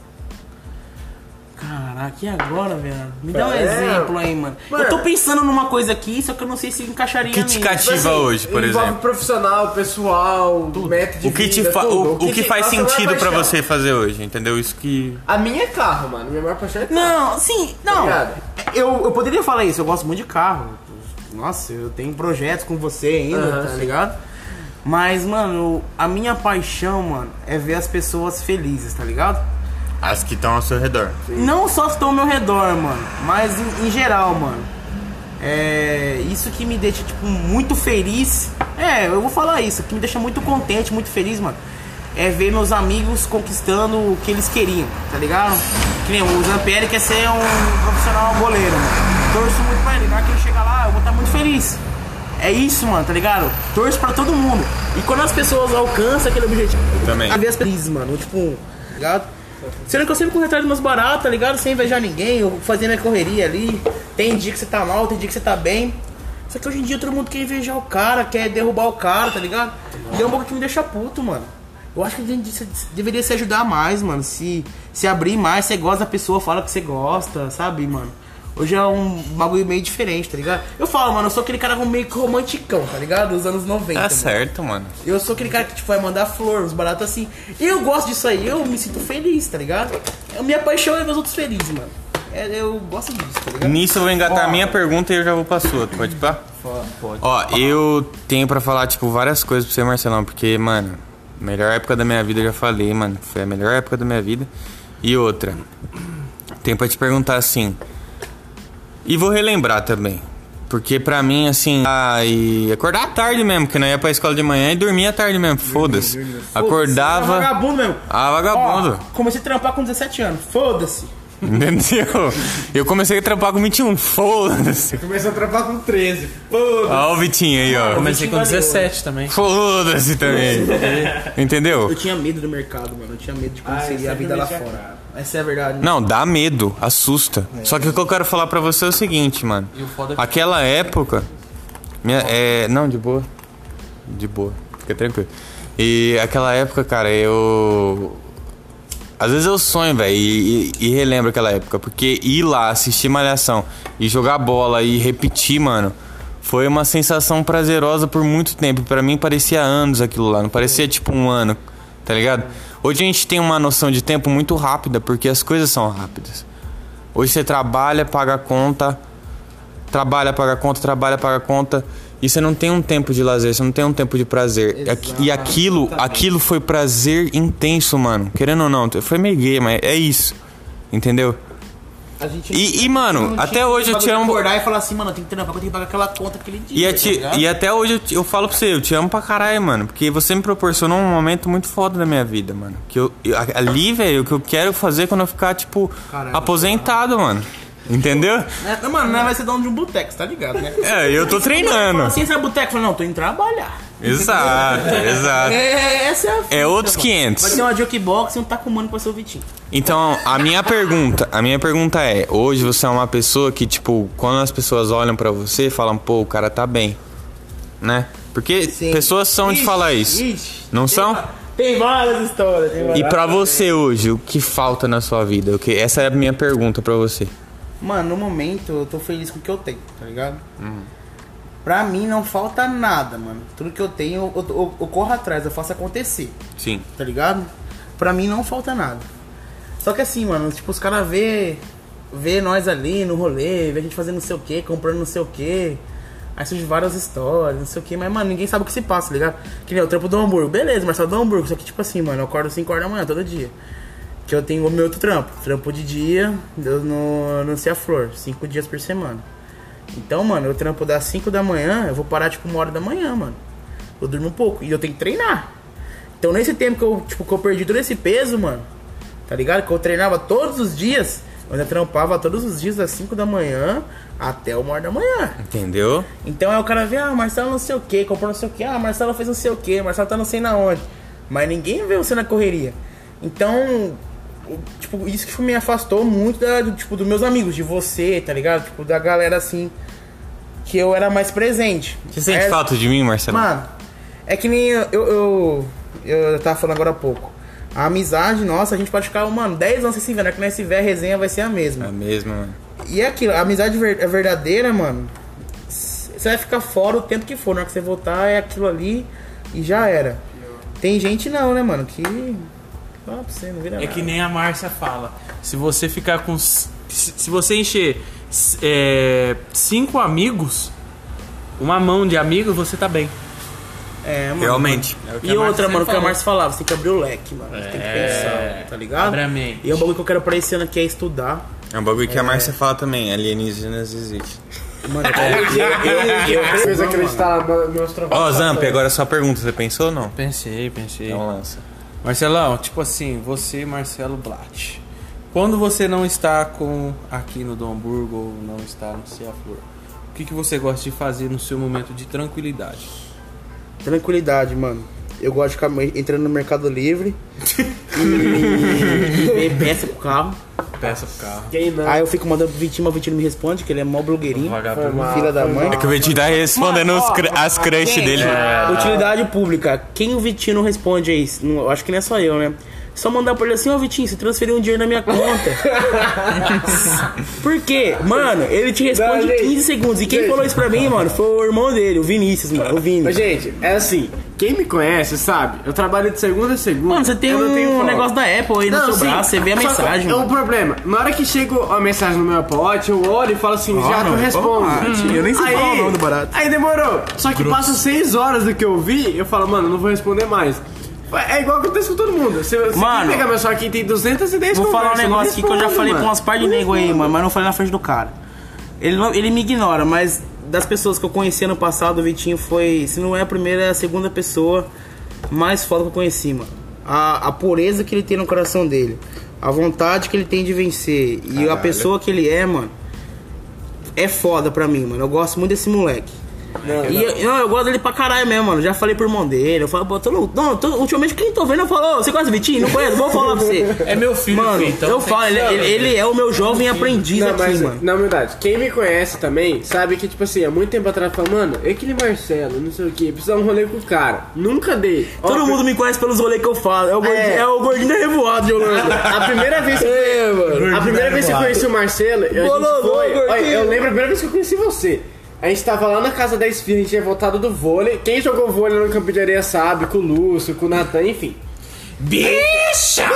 Caraca, e agora, velho? Me dá um exemplo aí, mano. Eu tô pensando numa coisa aqui, só que eu não sei se encaixaria nisso. O que te cativa hoje, por exemplo? Envolve profissional, pessoal, método de vida, o que faz sentido pra você fazer hoje, entendeu? Isso que... A minha é carro, mano. Minha maior paixão é carro. Não, sim, não. Tá eu poderia falar isso, eu gosto muito de carro. Nossa, eu tenho projetos com você ainda, tá ligado? Mas, mano, a minha paixão, mano, é ver as pessoas felizes, tá ligado? As que estão ao seu redor. Não só estão ao meu redor, mano, mas em geral, mano. É isso que me deixa, tipo, muito feliz. Eu vou falar isso, que me deixa muito contente, muito feliz, mano. É ver meus amigos conquistando o que eles queriam, tá ligado? Que nem o Zampieri quer ser um profissional goleiro, mano. Torço muito pra ele, na hora que ele chegar lá, eu vou estar muito feliz. É isso, mano, tá ligado? Torço pra todo mundo. E quando as pessoas alcançam aquele objetivo, eu também. A ver as felizes, mano, tipo, tá ligado? Sendo que eu sempre corro atrás dos meus baratos, tá ligado? Sem invejar ninguém, eu fazia minha correria ali. Tem dia que você tá mal, tem dia que você tá bem. Só que hoje em dia todo mundo quer invejar o cara, quer derrubar o cara, tá ligado? E é um pouco que me deixa puto, mano. Eu acho que a gente deveria se ajudar mais, mano. Se abrir mais, você gosta da pessoa, fala que você gosta, sabe, mano? Hoje é um bagulho meio diferente, tá ligado? Eu falo, mano, eu sou aquele cara meio que romanticão, tá ligado? Dos anos 90. Tá certo, mano. Eu sou aquele cara que, tipo, vai mandar flor, uns baratos assim. E eu gosto disso aí, eu me sinto feliz, tá ligado? A minha paixão é ver os outros felizes, mano. Eu gosto disso, tá ligado? Nisso eu vou engatar a minha pergunta e eu já vou pra sua. Pode ir pra? Pode. Ó, eu tenho pra falar, tipo, várias coisas pra você, Marcelão, porque, mano, melhor época da minha vida, eu já falei, mano, foi a melhor época da minha vida. E outra, tenho pra te perguntar assim, e vou relembrar também, porque pra mim, assim, e acordar à tarde mesmo, porque não ia pra escola de manhã e dormia à tarde mesmo, foda-se. Acordava... Vagabundo mesmo. Vagabundo. Ó, comecei a trampar com 17 anos, foda-se. Entendeu? Eu comecei a trampar com 21, foda-se. Começou a trampar com 13. Foda-se. Ó o Vitinho aí, ó. Comecei com 17 também. Foda-se também. Entendeu? Eu tinha medo do mercado, mano. Eu tinha medo de conseguir a vida lá fora. Essa é a verdade. Não, dá medo, assusta. Só que o que eu quero falar pra você é o seguinte, mano. Aquela época... Não, de boa. De boa, fica tranquilo. E aquela época, cara, às vezes eu sonho, velho, e relembro aquela época. Porque ir lá, assistir Malhação e jogar bola e repetir, mano, foi uma sensação prazerosa por muito tempo. Pra mim parecia anos aquilo lá, não parecia tipo um ano, tá ligado? Hoje a gente tem uma noção de tempo muito rápida, porque as coisas são rápidas. Hoje você trabalha, paga a conta, e você não tem um tempo de lazer, você não tem um tempo de prazer. E aquilo foi prazer intenso, mano. Querendo ou não, foi meio gay, mas é isso. Entendeu? Mano, até hoje eu te amo. Acordar e falar assim, mano, eu tenho que trampar, eu tenho que pagar aquela conta aquele dia. E até hoje eu falo pra você, eu te amo pra caralho, mano. Porque você me proporcionou um momento muito foda da minha vida, mano. Ali, velho, o que eu quero fazer quando eu ficar, tipo, aposentado, mano. Entendeu? Mano, não vai ser dono de um boteco, tá ligado, né? Eu tô treinando. Assim, você é boteco? Eu falo, não, tô indo trabalhar. Exato. Essa é a fita, outros 500. Vai ter uma jukebox e um tacumano pra ser o Vitinho. Então, a minha pergunta é, hoje você é uma pessoa que, tipo, quando as pessoas olham pra você, falam, pô, o cara tá bem, né? Porque pessoas são de falar isso, não são? Tem várias histórias. E pra você hoje, o que falta na sua vida? Essa é a minha pergunta pra você. Mano, no momento eu tô feliz com o que eu tenho, tá ligado? Pra mim não falta nada, mano. Tudo que eu tenho, eu corro atrás, eu faço acontecer. Sim. Tá ligado? Pra mim não falta nada. Só que assim, mano, tipo, os caras vê nós ali no rolê, vê a gente fazendo não sei o que, comprando não sei o que. Aí surgem várias histórias, não sei o que, mas, mano, ninguém sabe o que se passa, tá ligado? Que nem o trampo do hambúrguer. Beleza, Marcelo do hambúrguer. Só que, tipo assim, mano, eu acordo 5 horas da manhã todo dia. Que eu tenho o meu outro trampo. Trampo de dia, Deus no Cia Flor, 5 dias por semana. Então, mano, eu trampo das 5 da manhã, eu vou parar tipo 1 hora da manhã, mano. Eu durmo um pouco e eu tenho que treinar. Então, nesse tempo que eu perdi todo esse peso, mano, tá ligado? Que eu treinava todos os dias, eu ainda trampava todos os dias das 5 da manhã até 1 hora da manhã. Entendeu? Então aí o cara vê, Marcelo não sei o que, comprou não sei o que, Marcelo fez não sei o que, Marcelo tá não sei na onde. Mas ninguém vê você na correria. Então, tipo, isso que me afastou muito dos meus amigos, de você, tá ligado? Tipo, da galera assim, que eu era mais presente. Você sente falta de mim, Marcelo? Mano, é que nem eu tava falando agora há pouco. A amizade nossa, a gente pode ficar, mano, 10 anos sem se ver, né? Que nós se ver, a resenha vai ser a mesma. É a mesma, mano. E é aquilo, a amizade verdadeira, mano, você vai ficar fora o tempo que for. Na hora que você voltar, é aquilo ali e já era. Tem gente não, né, mano, que... Fala pra você, não vira nada. Que nem a Márcia fala. Se você ficar com... Se você encher 5 amigos, uma mão de amigos, você tá bem. Mano. Realmente. E outra, mano, o que a Márcia falava, você tem que abrir o leque, mano. Você tem que pensar, tá ligado? Abre a mente. E é um bagulho que eu quero pra esse ano aqui, é estudar. É um bagulho que a Márcia fala também, alienígenas existem. Mano, eu Fez acreditar nos meus trabalhos. Ó, Zamp, agora a sua pergunta, você pensou ou não? Pensei. Então lança. Marcelão, tipo assim, você, Marcelo Blatt, quando você não está aqui no Dom Hamburgo ou não está no Cia Flor, o que você gosta de fazer no seu momento de tranquilidade? Tranquilidade, mano. Eu gosto de ficar entrando no Mercado Livre e ver peça pro carro. Peça pro carro. Quem não? Aí eu fico mandando pro Vitinho, mas o Vitinho não me responde, que ele é mó blogueirinho. Filha da mãe. É que o Vitinho tá respondendo as crush dele. Utilidade pública. Quem o Vitinho não responde aí? Eu acho que não é só eu, né? Só mandar pra ele assim, Vitinho, você transferiu um dinheiro na minha conta. Por quê? Mano, ele te responde em 15 segundos. E quem falou isso pra mim, mano, foi o irmão dele, o Vinícius, mano, o Vini. Mas, gente, é assim, quem me conhece sabe, eu trabalho de segunda a segunda. Mano, você tem um negócio da Apple aí no seu braço, você vê a mensagem. É um problema. Na hora que chega a mensagem no meu Apple Watch, eu olho e falo assim, já tu responde. Eu nem sei falar o nome do barato. Aí demorou. Só que passa 6 horas do que eu vi, eu falo, mano, não vou responder mais. É igual que acontece com todo mundo. Se mano, pegar meu celular aqui, tem 210 vou falar um negócio aqui que eu já falei com umas par de nego aí, mano, mas não falei na frente do cara. Ele me ignora, mas das pessoas que eu conheci no passado, o Vitinho foi, se não é a primeira, é a segunda pessoa mais foda que eu conheci, mano. A pureza que ele tem no coração dele, a vontade que ele tem de vencer e a pessoa que ele é, mano, é foda pra mim, mano. Eu gosto muito desse moleque. Eu gosto dele pra caralho mesmo, mano. Já falei pro irmão dele. Eu falo, pô, ultimamente quem tô vendo, eu falo, você conhece o Vitinho? Não conhece? Vou falar pra você. É meu filho, mano. então eu falo, ele é o meu jovem aprendiz aqui, mas, mano. Na verdade, quem me conhece também sabe que, tipo assim, há muito tempo atrás eu falo, mano, é aquele Marcelo, não sei o que, precisa dar um rolê com o cara. Nunca dei. Todo mundo me conhece pelos rolês que eu falo. É o gordinho da revoada de Holanda. A primeira vez que a primeira vez que eu conheci o Marcelo, eu lembro a primeira vez que eu conheci você. A gente tava lá na casa da Esfirra, a gente tinha voltado do vôlei. Quem jogou vôlei no campo de areia sabe, com o Lúcio, com o Natan, enfim. Bicha!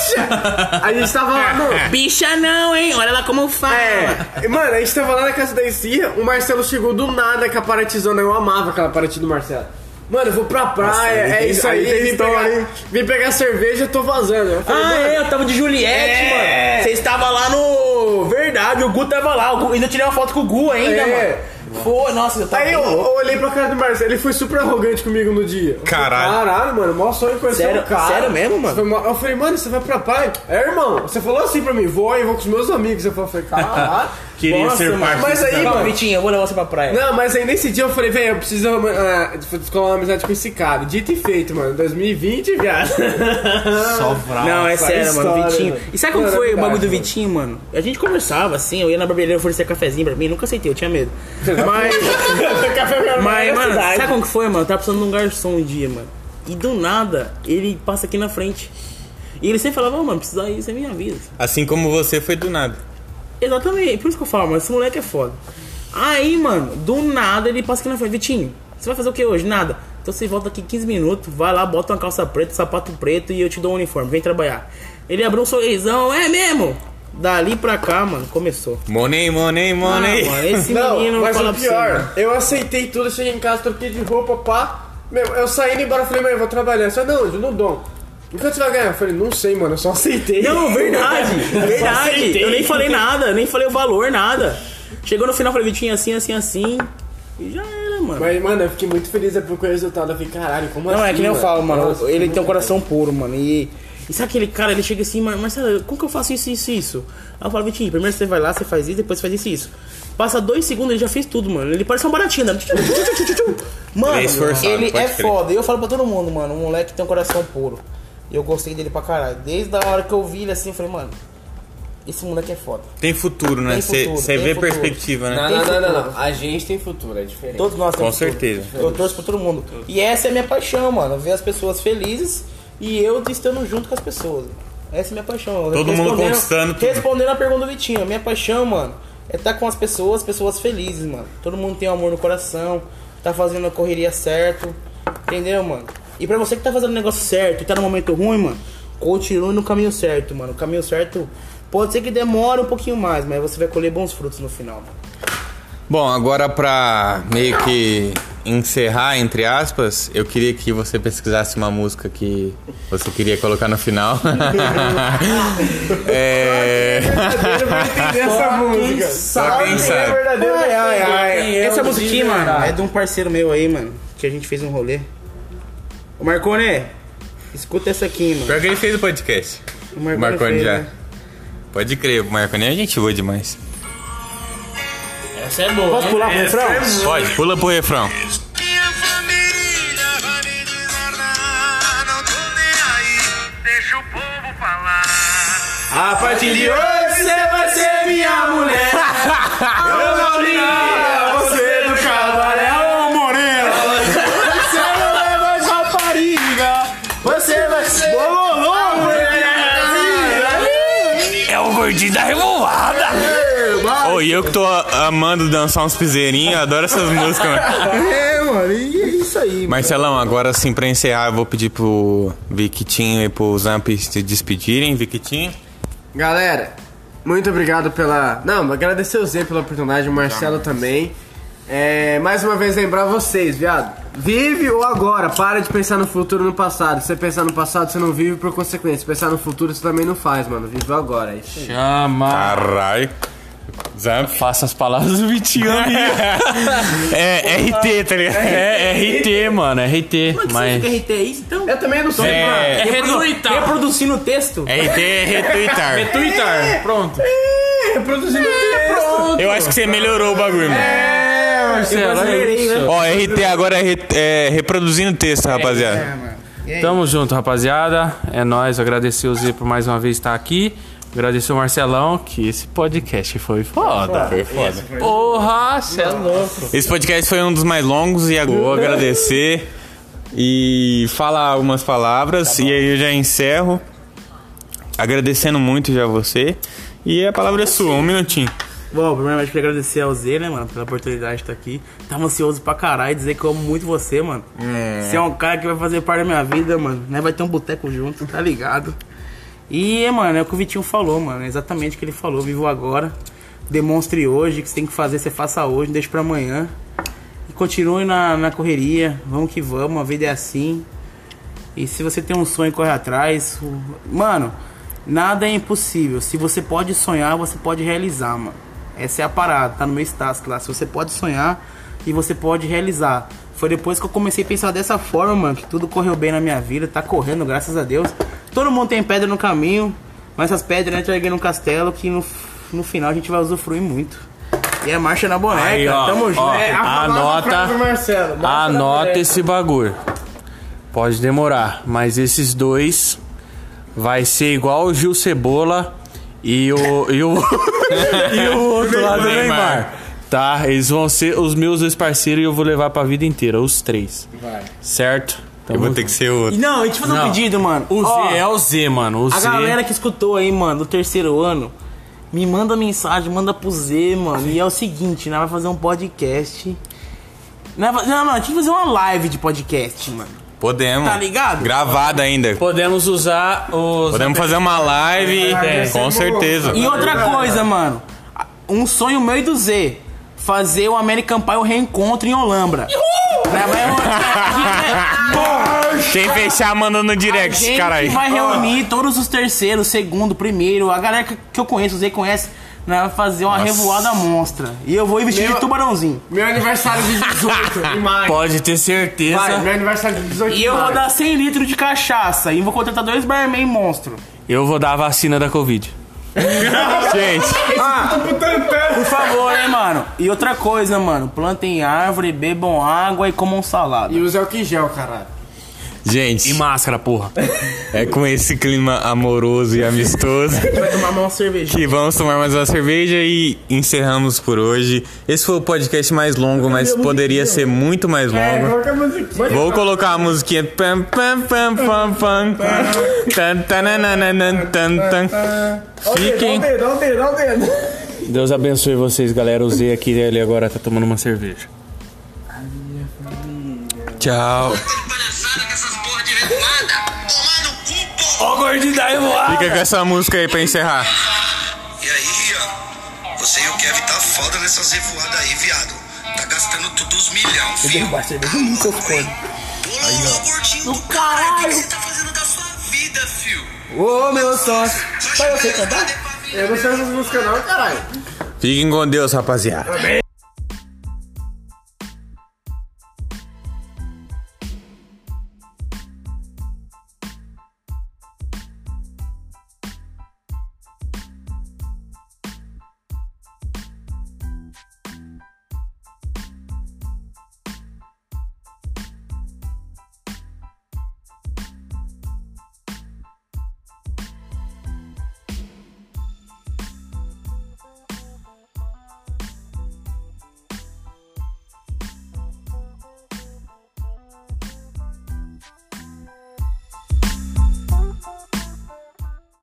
A gente tava lá, não. Bicha não, hein? Olha lá como fala. Mano, a gente tava lá na casa da Esfirra, o Marcelo chegou do nada com a paratizona. Eu amava aquela parati do Marcelo. Mano, eu vou pra praia, nossa, isso aí, vim pegar cerveja e tô vazando. Eu falei, eu tava de Juliette, mano. Você estava lá no... Verdade, o Gu tava lá. Ainda tirei uma foto com o Gu ainda, mano. Foi, nossa, eu tava... Aí eu olhei pra cara do Marcelo, ele foi super arrogante comigo no dia. Caralho, mano, maior sonho conhecer o cara. Sério mesmo, mano? Eu falei, mano, você vai pra praia? Irmão, você falou assim pra mim, vou com os meus amigos. Eu falei, caralho. Queria ser parte. Mas aí, mano, Vitinho, eu vou levar você pra praia. Não, mas aí nesse dia eu falei, velho, eu preciso descolar uma amizade com esse cara. Dito e feito, mano, 2020, viado. Só bravo. Não, é sério, mano, Vitinho. E sabe como foi o bagulho do Vitinho, mano? A gente conversava assim, eu ia na barbearia oferecer cafezinho pra mim, nunca aceitei, eu tinha medo. Mas mano, sabe como que foi, mano? Eu tava precisando de um garçom um dia, mano. E do nada, ele passa aqui na frente. E ele sempre falava, mano, precisa ir, você me avisa. Assim como você foi do nada. Exatamente, por isso que eu falo, mano, esse moleque é foda. Aí, mano, do nada ele passa aqui na frente. Vitinho, você vai fazer o que hoje? Nada. Então você volta aqui 15 minutos, vai lá, bota uma calça preta, sapato preto e eu te dou um uniforme, vem trabalhar. Ele abriu um sorrisão, é mesmo? Dali pra cá, mano, começou. Money. Mano, esse menino mas fala o pior, eu aceitei tudo, cheguei em casa, troquei de roupa, pá. Meu, eu saí indo embora, falei, mãe, eu vou trabalhar. Eu falei, não, eu não dou. Enquanto você vai ganhar? Eu falei, não sei, mano, eu só aceitei. Não, verdade. Eu nem falei nada, nem falei o valor, nada. Chegou no final, falei, Vitinho, assim. E já era, mano. Mas, mano, eu fiquei muito feliz com o resultado. Eu falei, caralho, como assim? Não, é que nem eu falo, mano. Nossa, ele tem um coração puro, mano. E sabe aquele cara, ele chega assim, mas como que eu faço isso? Aí eu falo, Vitinho, primeiro você vai lá, você faz isso, depois você faz isso. Passa 2 segundos, ele já fez tudo, mano. Ele parece um baratinho, né? Mano, ele é foda. E eu falo pra todo mundo, mano, um moleque tem um coração puro. E eu gostei dele pra caralho. Desde a hora que eu vi ele assim, eu falei, mano, esse moleque é foda. Tem futuro, né? Você vê futuro. Perspectiva, né? Não. A gente tem futuro, é diferente. Todos nós temos futuro. Com certeza. Eu torço pra todo mundo. E essa é a minha paixão, mano. Ver as pessoas felizes e eu estando junto com as pessoas. Essa é a minha paixão. Todo mundo conquistando tudo. Respondendo a pergunta do Vitinho, a minha paixão, mano, é estar com as pessoas felizes, mano. Todo mundo tem amor no coração, tá fazendo a correria certo. Entendeu, mano? E pra você que tá fazendo o negócio certo e tá no momento ruim, mano, continue no caminho certo, mano. O caminho certo pode ser que demore um pouquinho mais, mas você vai colher bons frutos no final, mano. Bom, agora pra meio que encerrar, entre aspas, eu queria que você pesquisasse uma música que você queria colocar no final. Eu vou entender essa música. Só quem sabe. Essa música aqui, mano, é de um parceiro meu aí, mano, que a gente fez um rolê. Ô Marcone, escuta essa aqui, mano. Pior que ele fez o podcast. O Marcone já. Né? Pode crer, o Marcone é gente boa demais. Essa é boa. Posso pular pro refrão? Pode, pula pro refrão. Minha família vai me desordar, não tô nem aí, deixa o povo falar. A partir de hoje você vai ser minha mulher. Eu não ligo, você do cabaré, ô morena. Você não é mais rapariga, você vai ser bololô, mulher. gordinho da revoada. Ô, e eu que tô amando dançar uns piseirinhos, adoro essas músicas, mano. Mano, e é isso aí. Marcelão, agora sim, pra encerrar, eu vou pedir pro Victinho e pro Zamp se despedirem. Victinho. Galera, muito obrigado pela... Não, agradecer o Zé pela oportunidade, o Marcelo também. Mais uma vez lembrar vocês, viado. Vive o agora, para de pensar no futuro e no passado. Se você pensar no passado, você não vive por consequência. Se pensar no futuro, você também não faz, mano. Vive o agora, é isso aí. Chama. Caralho. Zamp. Faça as palavras do Vitinho, amigo. É RT, tá ligado? É RT, mano, é RT. Mas... RT é isso, então? Eu também não sei, mano. É retweetar. Reproduzindo o texto? RT é retweetar. Retweetar, pronto. Reproduzindo texto. Eu acho que você melhorou o bagulho, mano. Marcelo, é isso. Ó, RT agora é reproduzindo texto, rapaziada. Tamo junto, rapaziada. É nóis, agradecer o Zé por mais uma vez estar aqui. Agradecer o Marcelão, que esse podcast foi foda. Foi foda. Porra, cê é louco. Esse podcast foi um dos mais longos e agora vou agradecer e falar algumas palavras e aí eu já encerro agradecendo muito já você e a palavra é sua, um minutinho. Bom, primeiramente queria agradecer ao Zé, né, mano, pela oportunidade de estar aqui. Tava ansioso pra caralho, dizer que eu amo muito você, mano. Você é um cara que vai fazer parte da minha vida, mano, né? Vai ter um boteco junto, tá ligado? E, mano, é o que o Vitinho falou, mano. É exatamente o que ele falou. Viva o agora. Demonstre hoje. O que você tem que fazer, você faça hoje. Não deixe pra amanhã. E continue na correria. Vamos que vamos. A vida é assim. E se você tem um sonho, corre atrás. Mano, nada é impossível. Se você pode sonhar, você pode realizar, mano. Essa é a parada. Tá no meu status lá. Se você pode sonhar e você pode realizar. Foi depois que eu comecei a pensar dessa forma, mano, que tudo correu bem na minha vida. Tá correndo, graças a Deus. Todo mundo tem pedra no caminho, mas essas pedras a gente vai erguer no castelo que no final a gente vai usufruir muito. E é marcha na boneca, Aí, ó, tamo junto. Anota esse bagulho. Pode demorar, mas esses dois vai ser igual o Gil Cebola e o e o outro lá do Neymar. Tá? Eles vão ser os meus dois parceiros e eu vou levar pra vida inteira, os três. Vai. Certo? Eu vou ter que ser outro. Não, a gente fazer um pedido, mano. O Z é o Z, mano. O a Z... galera que escutou aí, mano, do terceiro ano, me manda mensagem, manda pro Z, mano. E é o seguinte, nós vamos fazer um podcast. Não, a gente vai fazer uma live de podcast, mano. Podemos. Tá ligado? Gravado ainda. Podemos usar os... Podemos fazer uma live, com certeza. E outra coisa, mano. Um sonho meu e do Z. Fazer o American Pie, o reencontro em Olambra. Quem fechar, manda no direct, caralho. Vai reunir todos os terceiros, segundo, primeiro. A galera que eu conheço, o Z conhece, né, vai fazer uma revoada monstra. E eu vou investir de tubarãozinho. Meu aniversário de 18 em maio. Pode ter certeza. Vai, meu aniversário de 18 E eu vou dar 100 litros de cachaça. E vou contratar 2 barman monstro. Eu vou dar a vacina da Covid. Gente, Por favor, hein, mano. E outra coisa, mano. Plantem árvore, bebam água e comam salada. E use álcool em gel, caralho. gente, E máscara, porra. é com esse clima amoroso e amistoso Vai tomar uma cerveja. que vamos tomar mais uma cerveja e encerramos por hoje. Esse foi o podcast mais longo, mas poderia ser muito mais longo. Coloca a musiquinha. Vou colocar a musiquinha. Pam, pam, pam, pam, pam. Tan, tananana, tan, tan. Fiquem. Dá o dedo. Deus abençoe vocês, galera. O Z aqui, ele agora tá tomando uma cerveja. Tchau. Palhaçada com essas porra de revoada. Tomar no cu, porra. Ó, gordinho da revoada! Fica com essa música aí pra encerrar. E aí, ó. Você e o Kevin tá foda nessas revoadas aí, viado. Tá gastando tudo os milhão, filho. Derrubar a cerveja em mim, seu corno. Ô, gordinho do caralho. O que você tá fazendo da sua vida, filho? Ô, meu sócio. Só Vai você cantar? Eu não sei essas músicas não, caralho. Fiquem com Deus, rapaziada.